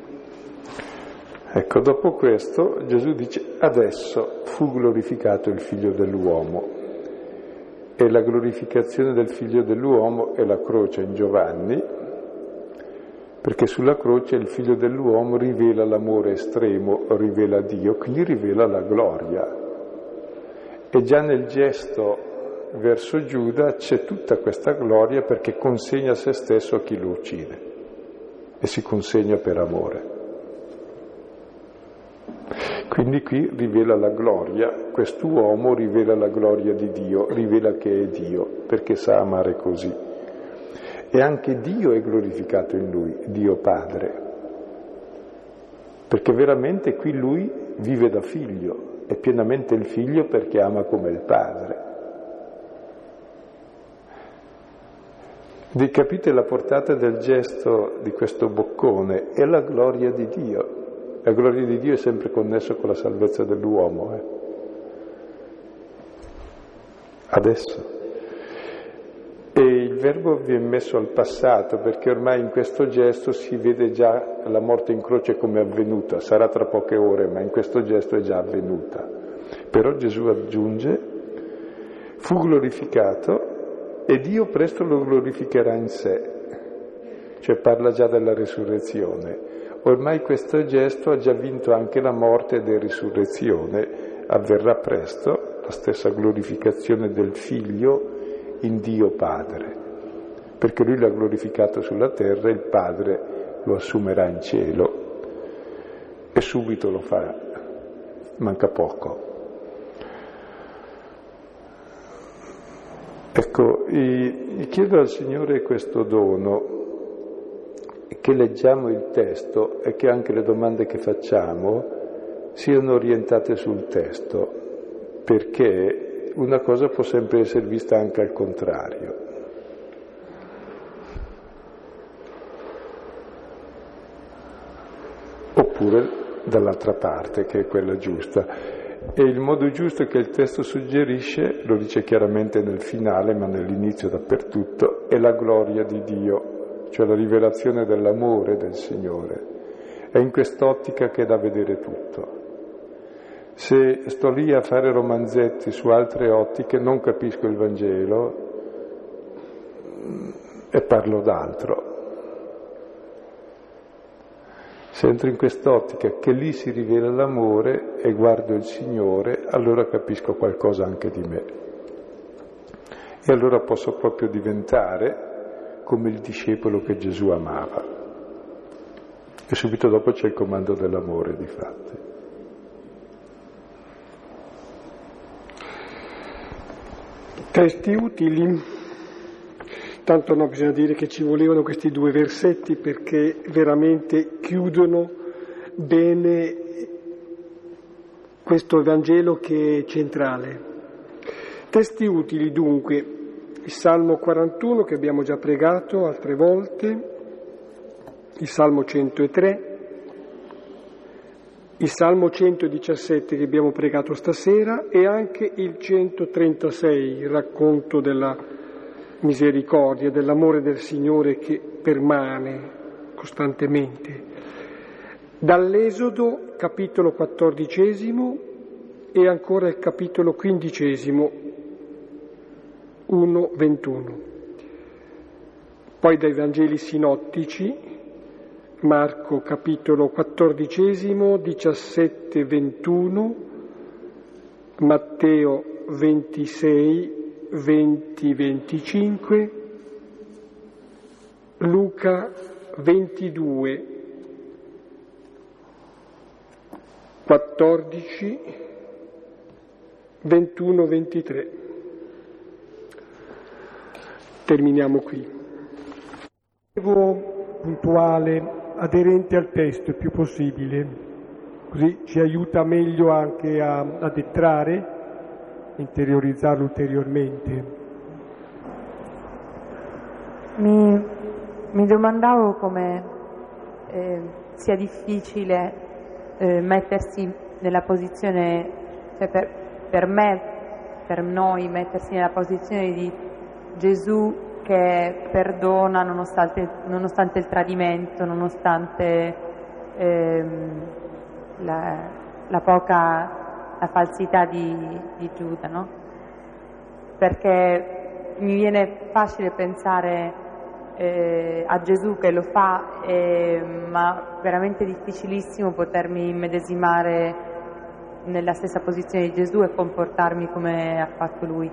Ecco, dopo questo Gesù dice: adesso fu glorificato il Figlio dell'uomo. E la glorificazione del Figlio dell'uomo è la croce in Giovanni, perché sulla croce il Figlio dell'uomo rivela l'amore estremo, rivela Dio, quindi rivela la gloria. E già nel gesto verso Giuda c'è tutta questa gloria, perché consegna se stesso a chi lo uccide e si consegna per amore. Quindi qui rivela la gloria, quest'uomo rivela la gloria di Dio, rivela che è Dio, perché sa amare così. E anche Dio è glorificato in lui, Dio Padre, perché veramente qui lui vive da figlio, è pienamente il figlio perché ama come il Padre. Vi capite la portata del gesto di questo boccone? È la gloria di Dio. La gloria di Dio è sempre connessa con la salvezza dell'uomo. Adesso. E il verbo viene messo al passato, perché ormai in questo gesto si vede già la morte in croce come avvenuta. Sarà tra poche ore, ma in questo gesto è già avvenuta. Però Gesù aggiunge: fu glorificato e Dio presto lo glorificherà in sé. Cioè parla già della risurrezione. Ormai questo gesto ha già vinto anche la morte ed è risurrezione. Avverrà presto la stessa glorificazione del Figlio in Dio Padre, perché Lui l'ha glorificato sulla terra e il Padre lo assumerà in cielo e subito lo farà, manca poco. Ecco, chiedo al Signore questo dono, che leggiamo il testo e che anche le domande che facciamo siano orientate sul testo, perché una cosa può sempre essere vista anche al contrario. Oppure dall'altra parte, che è quella giusta. E il modo giusto che il testo suggerisce, lo dice chiaramente nel finale, ma nell'inizio dappertutto, è la gloria di Dio, cioè la rivelazione dell'amore del Signore. È in quest'ottica che è da vedere tutto. Se sto lì a fare romanzetti su altre ottiche non capisco il Vangelo e parlo d'altro. Se entro in quest'ottica che lì si rivela l'amore e guardo il Signore, allora capisco qualcosa anche di me. E allora posso proprio diventare come il discepolo che Gesù amava. E subito dopo c'è il comando dell'amore, difatti. Testi utili. Tanto no, bisogna dire che ci volevano questi 2 versetti perché veramente chiudono bene questo Vangelo che è centrale. Testi utili dunque, il Salmo 41 che abbiamo già pregato altre volte, il Salmo 103, il Salmo 117 che abbiamo pregato stasera e anche il 136, il racconto della misericordia, dell'amore del Signore che permane costantemente. Dall'Esodo, capitolo 14 e ancora il capitolo 15, 1-21. Poi dai Vangeli sinottici, Marco capitolo 14, 17-21, Matteo 26, 20-25, Luca 22, 14, 21-23. Terminiamo qui. Puntuale, aderente al testo il più possibile, così ci aiuta meglio anche a detrare, interiorizzarlo ulteriormente. Mi domandavo come sia difficile mettersi nella posizione, cioè per noi mettersi nella posizione di Gesù che perdona nonostante il tradimento, nonostante la falsità di Giuda, no? Perché mi viene facile pensare a Gesù che lo fa, ma veramente difficilissimo potermi immedesimare nella stessa posizione di Gesù e comportarmi come ha fatto Lui.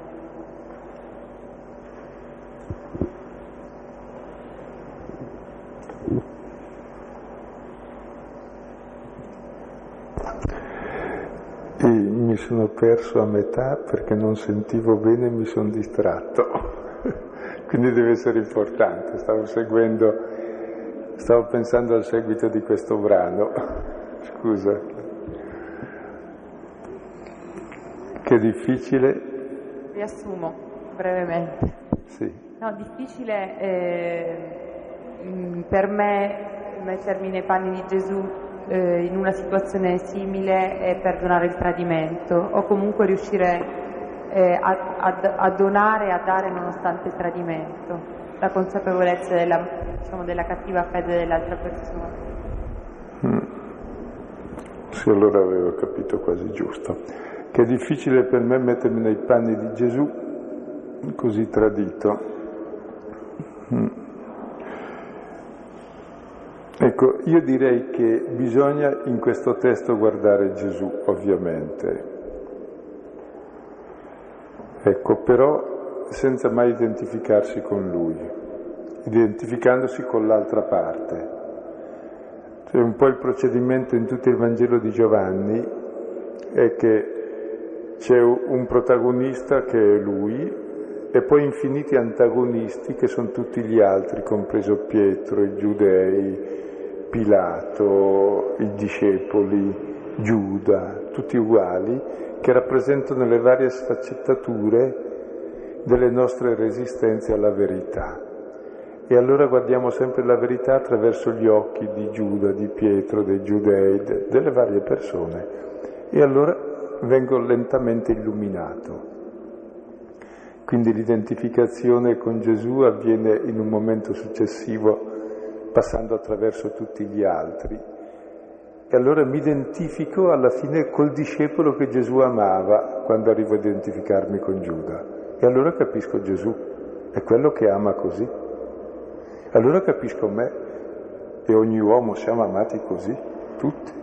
E mi sono perso a metà perché non sentivo bene e mi sono distratto. Quindi deve essere importante. Stavo pensando al seguito di questo brano. Scusa. Che difficile. Riassumo brevemente. Sì. No, difficile per me mettermi nei panni di Gesù in una situazione simile e perdonare il tradimento, o comunque riuscire a donare e a dare nonostante il tradimento, la consapevolezza della cattiva fede dell'altra persona. Sì, allora avevo capito quasi giusto. Che è difficile per me mettermi nei panni di Gesù così tradito. Ecco, io direi che bisogna in questo testo guardare Gesù, ovviamente. Ecco, però senza mai identificarsi con Lui, identificandosi con l'altra parte. Cioè un po' il procedimento in tutto il Vangelo di Giovanni è che c'è un protagonista che è Lui e poi infiniti antagonisti che sono tutti gli altri, compreso Pietro, i giudei, Pilato, i discepoli, Giuda, tutti uguali, che rappresentano le varie sfaccettature delle nostre resistenze alla verità. E allora guardiamo sempre la verità attraverso gli occhi di Giuda, di Pietro, dei giudei, delle varie persone. E allora vengo lentamente illuminato. Quindi l'identificazione con Gesù avviene in un momento successivo, passando attraverso tutti gli altri. E allora mi identifico alla fine col discepolo che Gesù amava quando arrivo a identificarmi con Giuda. E allora capisco Gesù, è quello che ama così. Allora capisco me e ogni uomo, siamo amati così, tutti.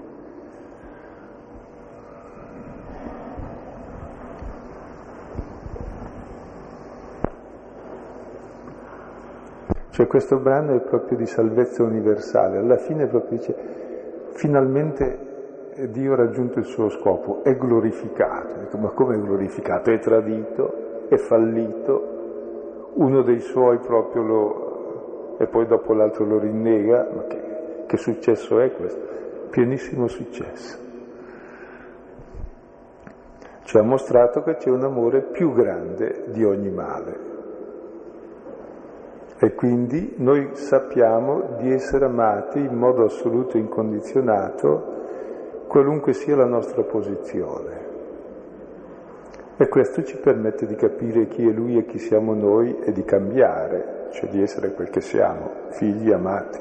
Cioè questo brano è proprio di salvezza universale, alla fine proprio dice, finalmente Dio ha raggiunto il suo scopo, è glorificato. Dico, ma come è glorificato? È tradito, è fallito, uno dei suoi proprio e poi dopo l'altro lo rinnega, ma che successo è questo? Pienissimo successo. Ci ha mostrato che c'è un amore più grande di ogni male. E quindi noi sappiamo di essere amati in modo assoluto e incondizionato, qualunque sia la nostra posizione. E questo ci permette di capire chi è Lui e chi siamo noi e di cambiare, cioè di essere quel che siamo, figli amati.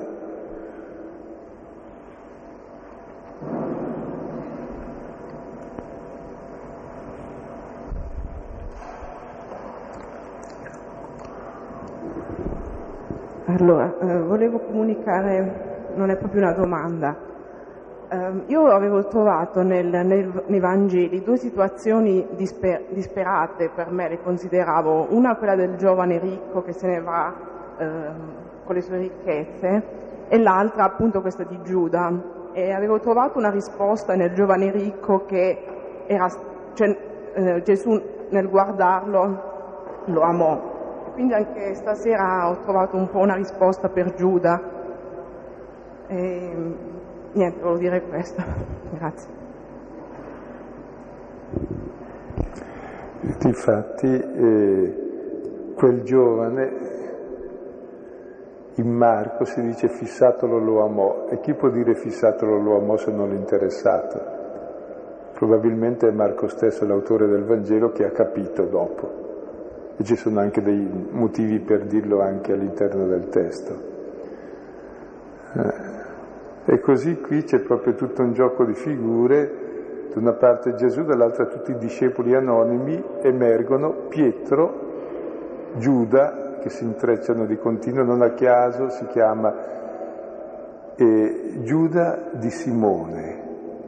Allora, volevo comunicare, non è proprio una domanda. Io avevo trovato nei Vangeli due situazioni disperate, per me le consideravo, una quella del giovane ricco che se ne va con le sue ricchezze e l'altra appunto questa di Giuda, e avevo trovato una risposta nel giovane ricco che era, Gesù nel guardarlo lo amò. Quindi anche stasera ho trovato un po' una risposta per Giuda. E niente, volevo dire questo. Grazie. Infatti, quel giovane in Marco si dice fissatolo lo amò. E chi può dire fissatolo lo amò se non l'interessato? Probabilmente è Marco stesso, l'autore del Vangelo, che ha capito dopo. E ci sono anche dei motivi per dirlo anche all'interno del testo. E così qui c'è proprio tutto un gioco di figure, da una parte Gesù, dall'altra tutti i discepoli anonimi, emergono Pietro, Giuda, che si intrecciano di continuo, non a caso si chiama Giuda di Simone.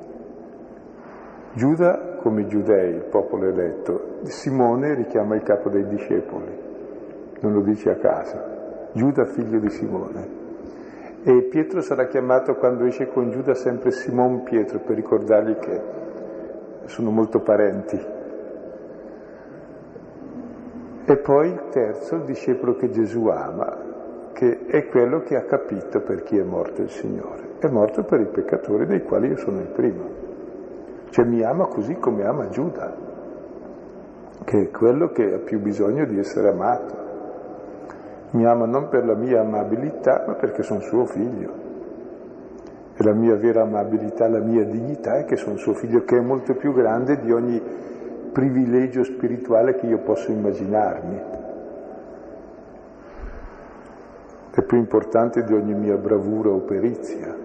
Giuda come i giudei, il popolo eletto. Simone richiama il capo dei discepoli, non lo dice a caso. Giuda, figlio di Simone. E Pietro sarà chiamato quando esce con Giuda sempre Simon Pietro, per ricordargli che sono molto parenti. E poi il terzo, il discepolo che Gesù ama, che è quello che ha capito per chi è morto il Signore. È morto per i peccatori, dei quali io sono il primo. Cioè mi ama così come ama Giuda, che è quello che ha più bisogno di essere amato. Mi ama non per la mia amabilità, ma perché sono suo figlio. E la mia vera amabilità, la mia dignità è che sono suo figlio, che è molto più grande di ogni privilegio spirituale che io posso immaginarmi. È più importante di ogni mia bravura o perizia.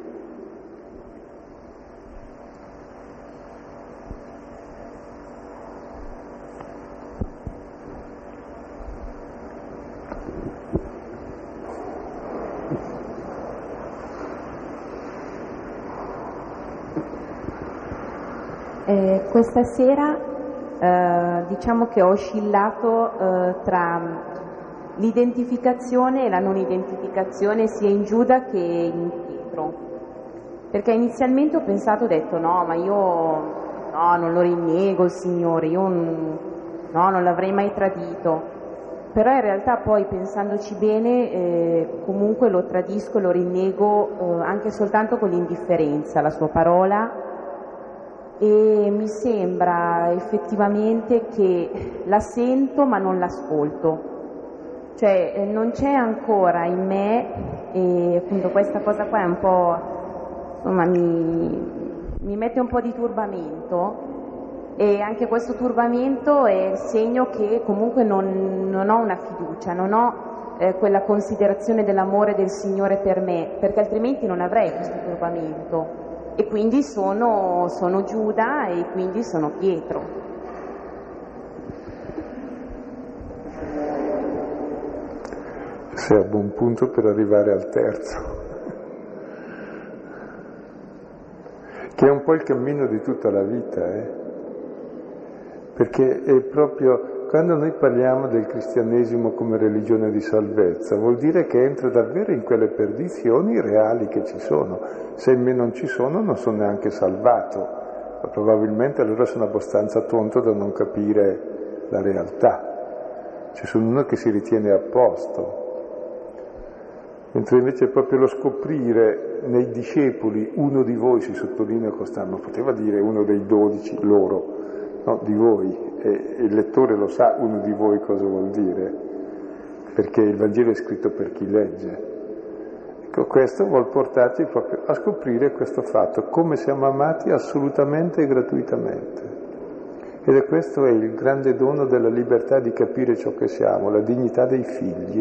Questa sera diciamo che ho oscillato tra l'identificazione e la non identificazione sia in Giuda che in Pietro, perché inizialmente ho pensato, ho detto no, ma io non lo rinnego il Signore, io non l'avrei mai tradito, però in realtà poi pensandoci bene comunque lo tradisco e lo rinnego anche soltanto con l'indifferenza, la sua parola. E mi sembra effettivamente che la sento ma non l'ascolto, cioè non c'è ancora in me, e appunto questa cosa qua è un po', insomma, mi mette un po' di turbamento, e anche questo turbamento è il segno che comunque non ho una fiducia, non ho quella considerazione dell'amore del Signore per me, perché altrimenti non avrei questo turbamento. E quindi sono Giuda e quindi sono Pietro. Sei a buon punto per arrivare al terzo, che è un po' il cammino di tutta la vita, perché è proprio quando noi parliamo del cristianesimo come religione di salvezza, vuol dire che entra davvero in quelle perdizioni reali che ci sono. Se in me non ci sono, non sono neanche salvato, ma probabilmente allora sono abbastanza tonto da non capire la realtà. ci sono uno che si ritiene a posto, mentre invece proprio lo scoprire nei discepoli, uno di voi, si sottolinea costante, ma poteva dire uno dei 12, loro, no, di voi, e il lettore lo sa uno di voi cosa vuol dire, perché il Vangelo è scritto per chi legge. Ecco, questo vuol portarci proprio a scoprire questo fatto, come siamo amati assolutamente e gratuitamente. Ed è questo è il grande dono della libertà di capire ciò che siamo, la dignità dei figli.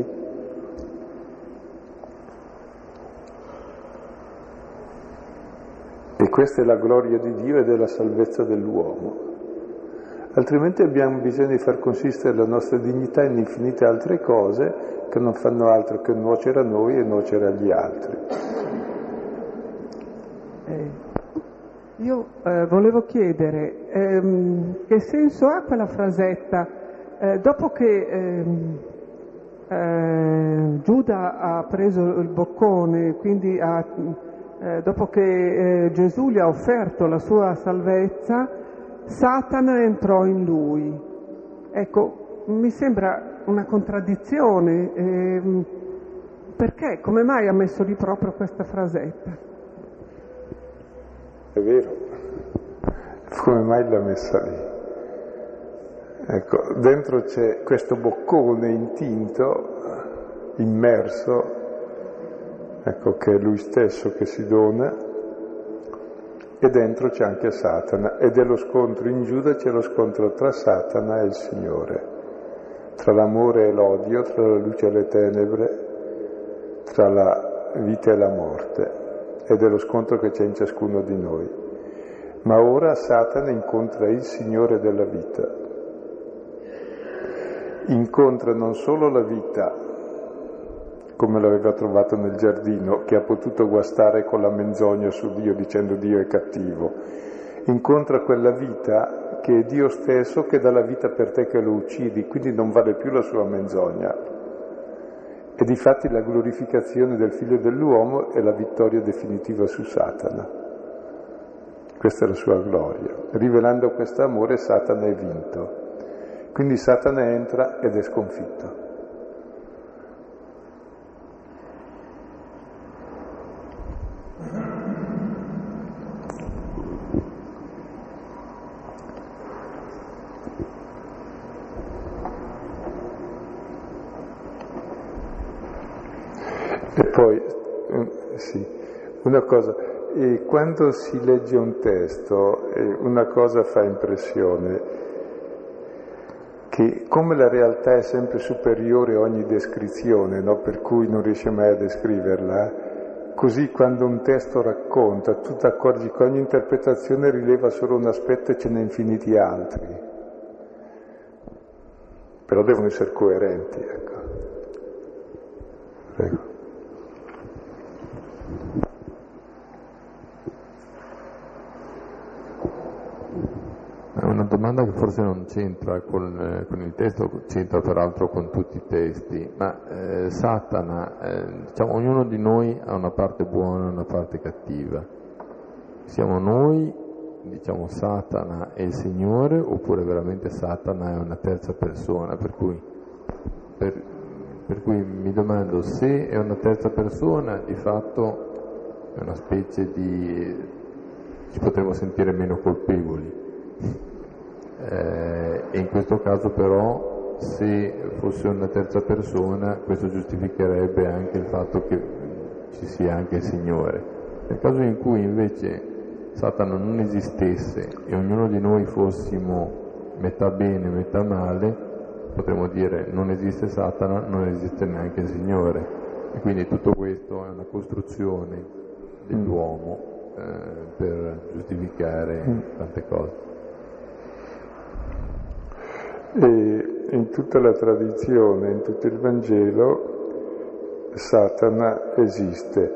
E questa è la gloria di Dio e della salvezza dell'uomo. Altrimenti abbiamo bisogno di far consistere la nostra dignità in infinite altre cose che non fanno altro che nuocere a noi e nuocere agli altri. Io volevo chiedere che senso ha quella frasetta dopo che Giuda ha preso il boccone, quindi dopo che Gesù gli ha offerto la sua salvezza, Satana entrò in lui. Ecco, mi sembra una contraddizione. Perché? Come mai ha messo lì proprio questa frasetta? È vero. Come mai l'ha messa lì? Ecco, dentro c'è questo boccone intinto, immerso, ecco, che è lui stesso che si dona, e dentro c'è anche Satana, ed è lo scontro in Giuda, c'è lo scontro tra Satana e il Signore, tra l'amore e l'odio, tra la luce e le tenebre, tra la vita e la morte, ed è lo scontro che c'è in ciascuno di noi. Ma ora Satana incontra il Signore della vita, incontra non solo la vita come l'aveva trovato nel giardino, che ha potuto guastare con la menzogna su Dio dicendo Dio è cattivo, incontra quella vita che è Dio stesso che dà la vita per te che lo uccidi, quindi non vale più la sua menzogna. E difatti la glorificazione del Figlio dell'uomo è la vittoria definitiva su Satana. Questa è la sua gloria. Rivelando questo amore Satana è vinto. Quindi Satana entra ed è sconfitto. E poi, sì, una cosa, quando si legge un testo, una cosa fa impressione, che come la realtà è sempre superiore a ogni descrizione, no? Per cui non riesce mai a descriverla, così quando un testo racconta, tu ti accorgi che ogni interpretazione rileva solo un aspetto e ce n'è infiniti altri. Però devono essere coerenti, ecco. Prego. È una domanda che forse non c'entra con il testo, c'entra peraltro con tutti i testi, ma Satana, diciamo, ognuno di noi ha una parte buona e una parte cattiva. Siamo noi, diciamo, Satana e il Signore, oppure veramente Satana è una terza persona? Per cui mi domando, se è una terza persona, di fatto è una specie di... ci potremmo sentire meno colpevoli. E in questo caso però, se fosse una terza persona, questo giustificherebbe anche il fatto che ci sia anche il Signore. Nel caso in cui invece Satana non esistesse e ognuno di noi fossimo metà bene, metà male, potremmo dire non esiste Satana, non esiste neanche il Signore. E quindi tutto questo è una costruzione dell'uomo per giustificare tante cose. E in tutta la tradizione, in tutto il Vangelo, Satana esiste,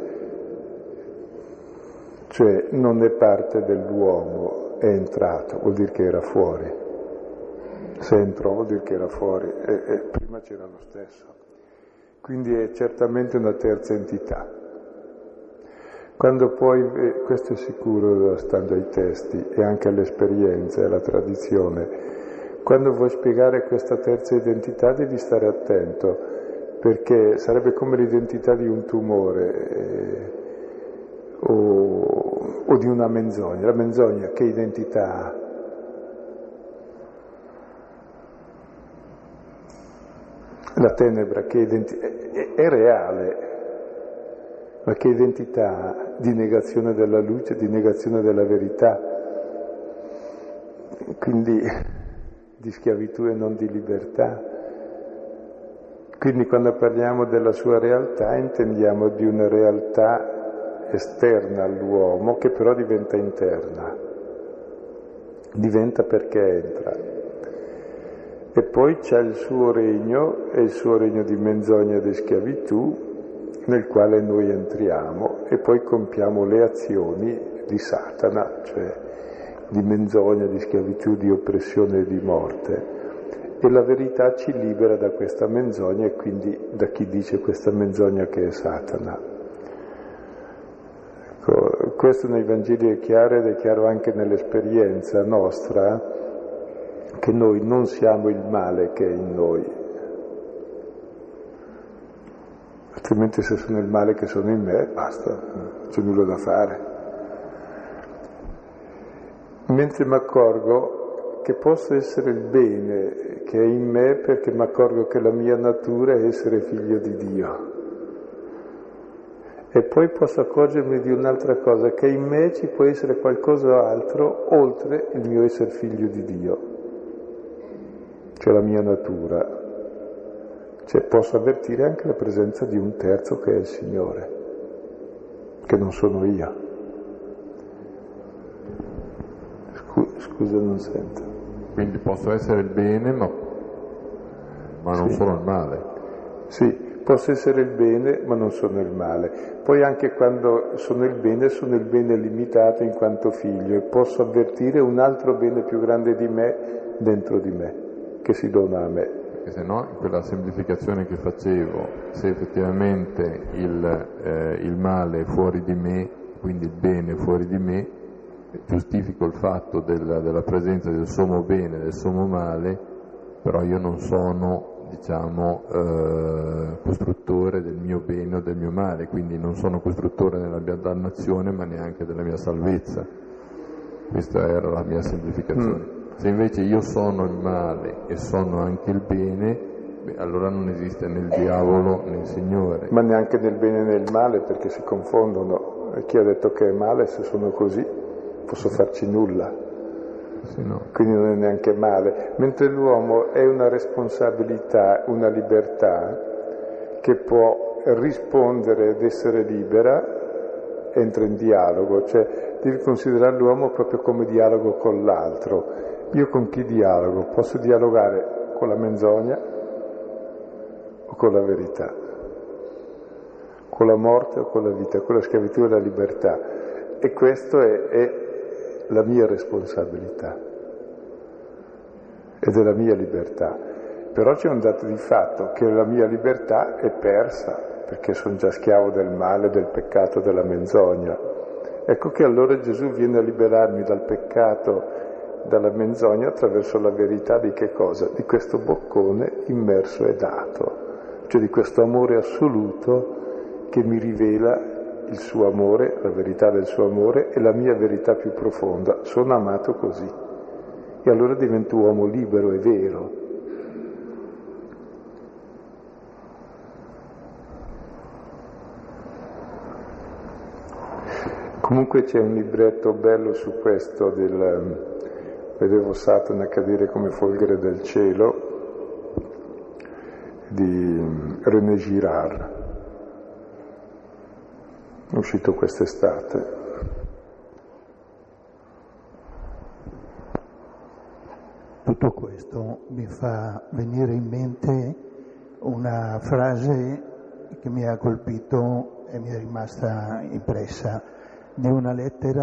cioè non è parte dell'uomo, è entrato, vuol dire che era fuori. Se entrò vuol dire che era fuori, e prima c'era lo stesso. Quindi è certamente una terza entità. Quando poi, questo è sicuro stando ai testi e anche all'esperienza e alla tradizione, Quando vuoi spiegare questa terza identità devi stare attento, perché sarebbe come l'identità di un tumore o di una menzogna. La menzogna che identità ha? La tenebra che è reale, ma che identità ha? Di negazione della luce, di negazione della verità, quindi di schiavitù e non di libertà. Quindi quando parliamo della sua realtà intendiamo di una realtà esterna all'uomo che però diventa interna, diventa perché entra. E poi c'è il suo regno, è il suo regno di menzogna e di schiavitù, nel quale noi entriamo e poi compiamo le azioni di Satana, cioè di menzogna, di schiavitù, di oppressione e di morte. E la verità ci libera da questa menzogna e quindi da chi dice questa menzogna che è Satana. Ecco, questo nei Vangeli è chiaro ed è chiaro anche nell'esperienza nostra, che noi non siamo il male che è in noi. Altrimenti se sono il male che sono in me, basta, non c'è nulla da fare. Mentre mi accorgo che posso essere il bene che è in me perché mi accorgo che la mia natura è essere figlio di Dio. E poi posso accorgermi di un'altra cosa, che in me ci può essere qualcos'altro oltre il mio essere figlio di Dio, cioè la mia natura. Cioè posso avvertire anche la presenza di un terzo che è il Signore, che non sono io. Scusa, non sento. Quindi posso essere il bene, ma non sono il male. Sì, posso essere il bene, ma non sono il male. Poi anche quando sono il bene limitato in quanto figlio e posso avvertire un altro bene più grande di me dentro di me, che si dona a me. Perché se no, in quella semplificazione che facevo, se effettivamente il male è fuori di me, quindi il bene è fuori di me, giustifico il fatto della presenza del sommo bene e del sommo male, però io non sono, diciamo, costruttore del mio bene o del mio male, quindi non sono costruttore della mia dannazione ma neanche della mia salvezza. Questa era la mia semplificazione. Se invece io sono il male e sono anche il bene, allora non esiste né il diavolo né il Signore. Ma neanche nel bene né nel male, perché si confondono. E chi ha detto che è male, se sono così, posso farci nulla. Sì, no. Quindi non è neanche male. Mentre l'uomo è una responsabilità, una libertà, che può rispondere ed essere libera, entra in dialogo. Cioè, devi considerare l'uomo proprio come dialogo con l'altro. Io con chi dialogo? Posso dialogare con la menzogna o con la verità, con la morte o con la vita, con la schiavitù e la libertà. E questo è la mia responsabilità ed è la mia libertà. Però c'è un dato di fatto, che la mia libertà è persa, perché sono già schiavo del male, del peccato, della menzogna. Ecco che allora Gesù viene a liberarmi dal peccato, dalla menzogna, attraverso la verità di che cosa? Di questo boccone immerso e dato, cioè di questo amore assoluto che mi rivela il suo amore, la verità del suo amore e la mia verità più profonda. Sono amato così. E allora divento uomo libero e vero. Comunque c'è un libretto bello su questo vedevo Satana cadere come folgore del cielo, di René Girard, è uscito quest'estate. Tutto questo mi fa venire in mente una frase che mi ha colpito e mi è rimasta impressa di una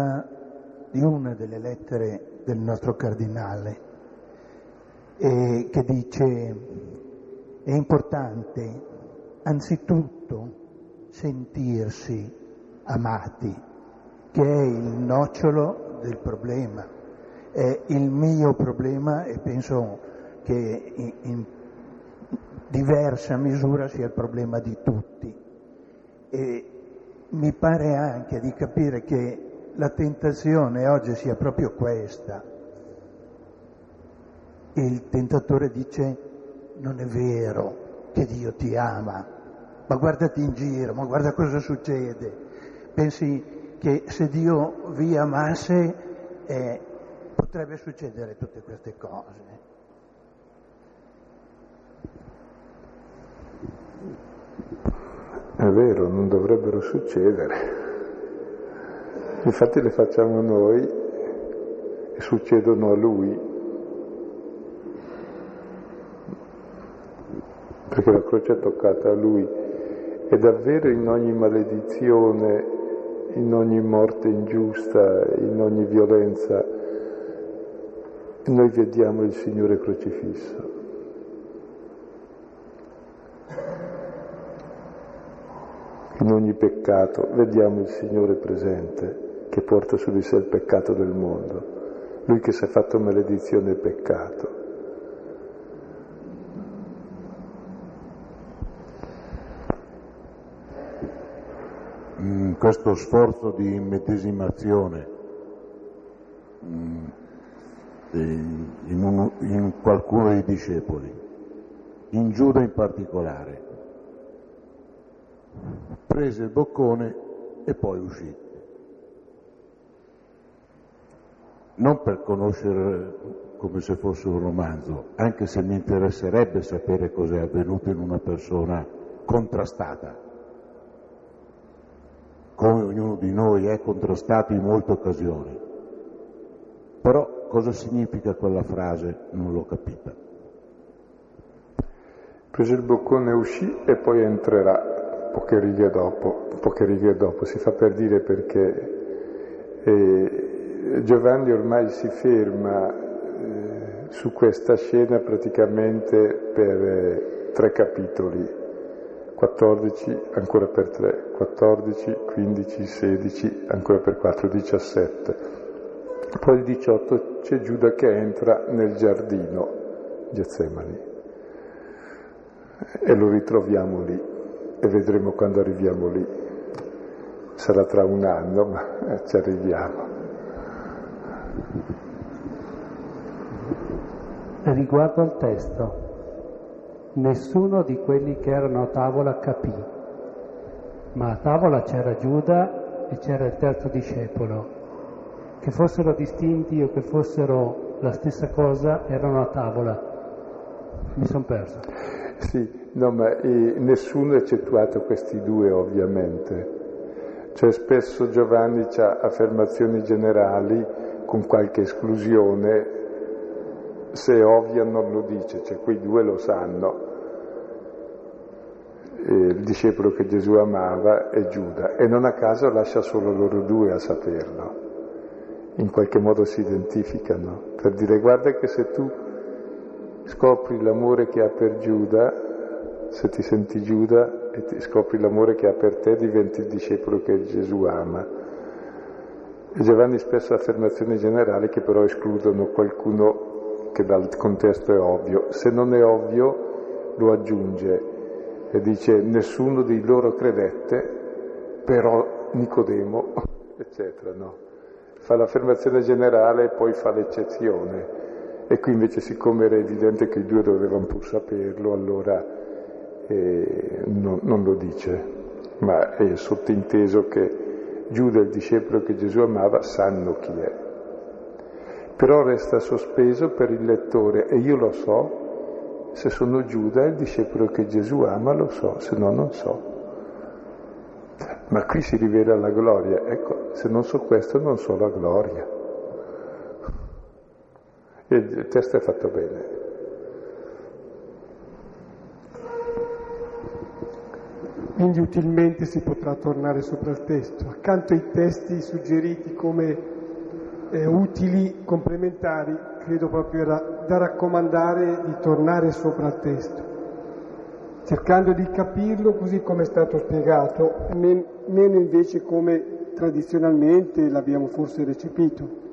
delle lettere del nostro cardinale, e che dice: è importante anzitutto sentirsi amati, che è il nocciolo del problema. è il mio problema e penso che in diversa misura sia il problema di tutti. E mi pare anche di capire che la tentazione oggi sia proprio questa. Il tentatore dice: non è vero che Dio ti ama, ma guardati in giro, ma guarda cosa succede. Pensi che se Dio vi amasse potrebbe succedere tutte queste cose. È vero, non dovrebbero succedere. Infatti le facciamo noi e succedono a Lui. Perché la croce è toccata a Lui. E davvero in ogni maledizione, in ogni morte ingiusta, in ogni violenza, noi vediamo il Signore crocifisso. In ogni peccato vediamo il Signore presente, che porta su di sé il peccato del mondo. Lui che si è fatto maledizione e peccato. Questo sforzo di immedesimazione in qualcuno dei discepoli, in Giuda in particolare, prese il boccone e poi uscì. Non per conoscere come se fosse un romanzo, anche se mi interesserebbe sapere cos'è avvenuto in una persona contrastata, come ognuno di noi è contrastato in molte occasioni. Però cosa significa quella frase non l'ho capita. Prese il boccone e uscì e poi entrerà poche righe dopo, si fa per dire perché Giovanni ormai si ferma su questa scena praticamente per 3 capitoli. 14 ancora per 3, 14, 15, 16 ancora per 4, 17. Poi il 18 c'è Giuda che entra nel giardino Getsemani e lo ritroviamo lì e vedremo quando arriviamo lì. Sarà tra un anno, ma ci arriviamo. Riguardo al testo, nessuno di quelli che erano a tavola capì, ma a tavola c'era Giuda e c'era il terzo discepolo. Che fossero distinti o che fossero la stessa cosa, erano a tavola. Mi sono perso. Sì, no, ma nessuno eccettuato questi 2 ovviamente. Cioè spesso Giovanni ha affermazioni generali con qualche esclusione, se è ovvia non lo dice, cioè quei 2 lo sanno. Il discepolo che Gesù amava è Giuda, e non a caso lascia solo loro 2 a saperlo. In qualche modo si identificano, per dire: guarda che se tu scopri l'amore che ha per Giuda, se ti senti Giuda e ti scopri l'amore che ha per te, diventi il discepolo che Gesù ama. E Giovanni spesso ha affermazioni generali che però escludono qualcuno che dal contesto è ovvio. Se non è ovvio lo aggiunge e dice: nessuno di loro credette, però Nicodemo, eccetera, no? Fa l'affermazione generale e poi fa l'eccezione. E qui invece, siccome era evidente che i 2 dovevano pur saperlo, allora non lo dice, ma è sottinteso che Giuda e il discepolo che Gesù amava sanno chi è. Però resta sospeso per il lettore, e io lo so, se sono Giuda il discepolo che Gesù ama lo so, se no non so. Ma qui si rivela la gloria. Ecco, se non so questo non so la gloria. E il testo è fatto bene. Quindi utilmente si potrà tornare sopra il testo. Accanto ai testi suggeriti come utili, complementari, credo proprio era da raccomandare di tornare sopra il testo, cercando di capirlo così come è stato spiegato, meno invece come tradizionalmente l'abbiamo forse recepito.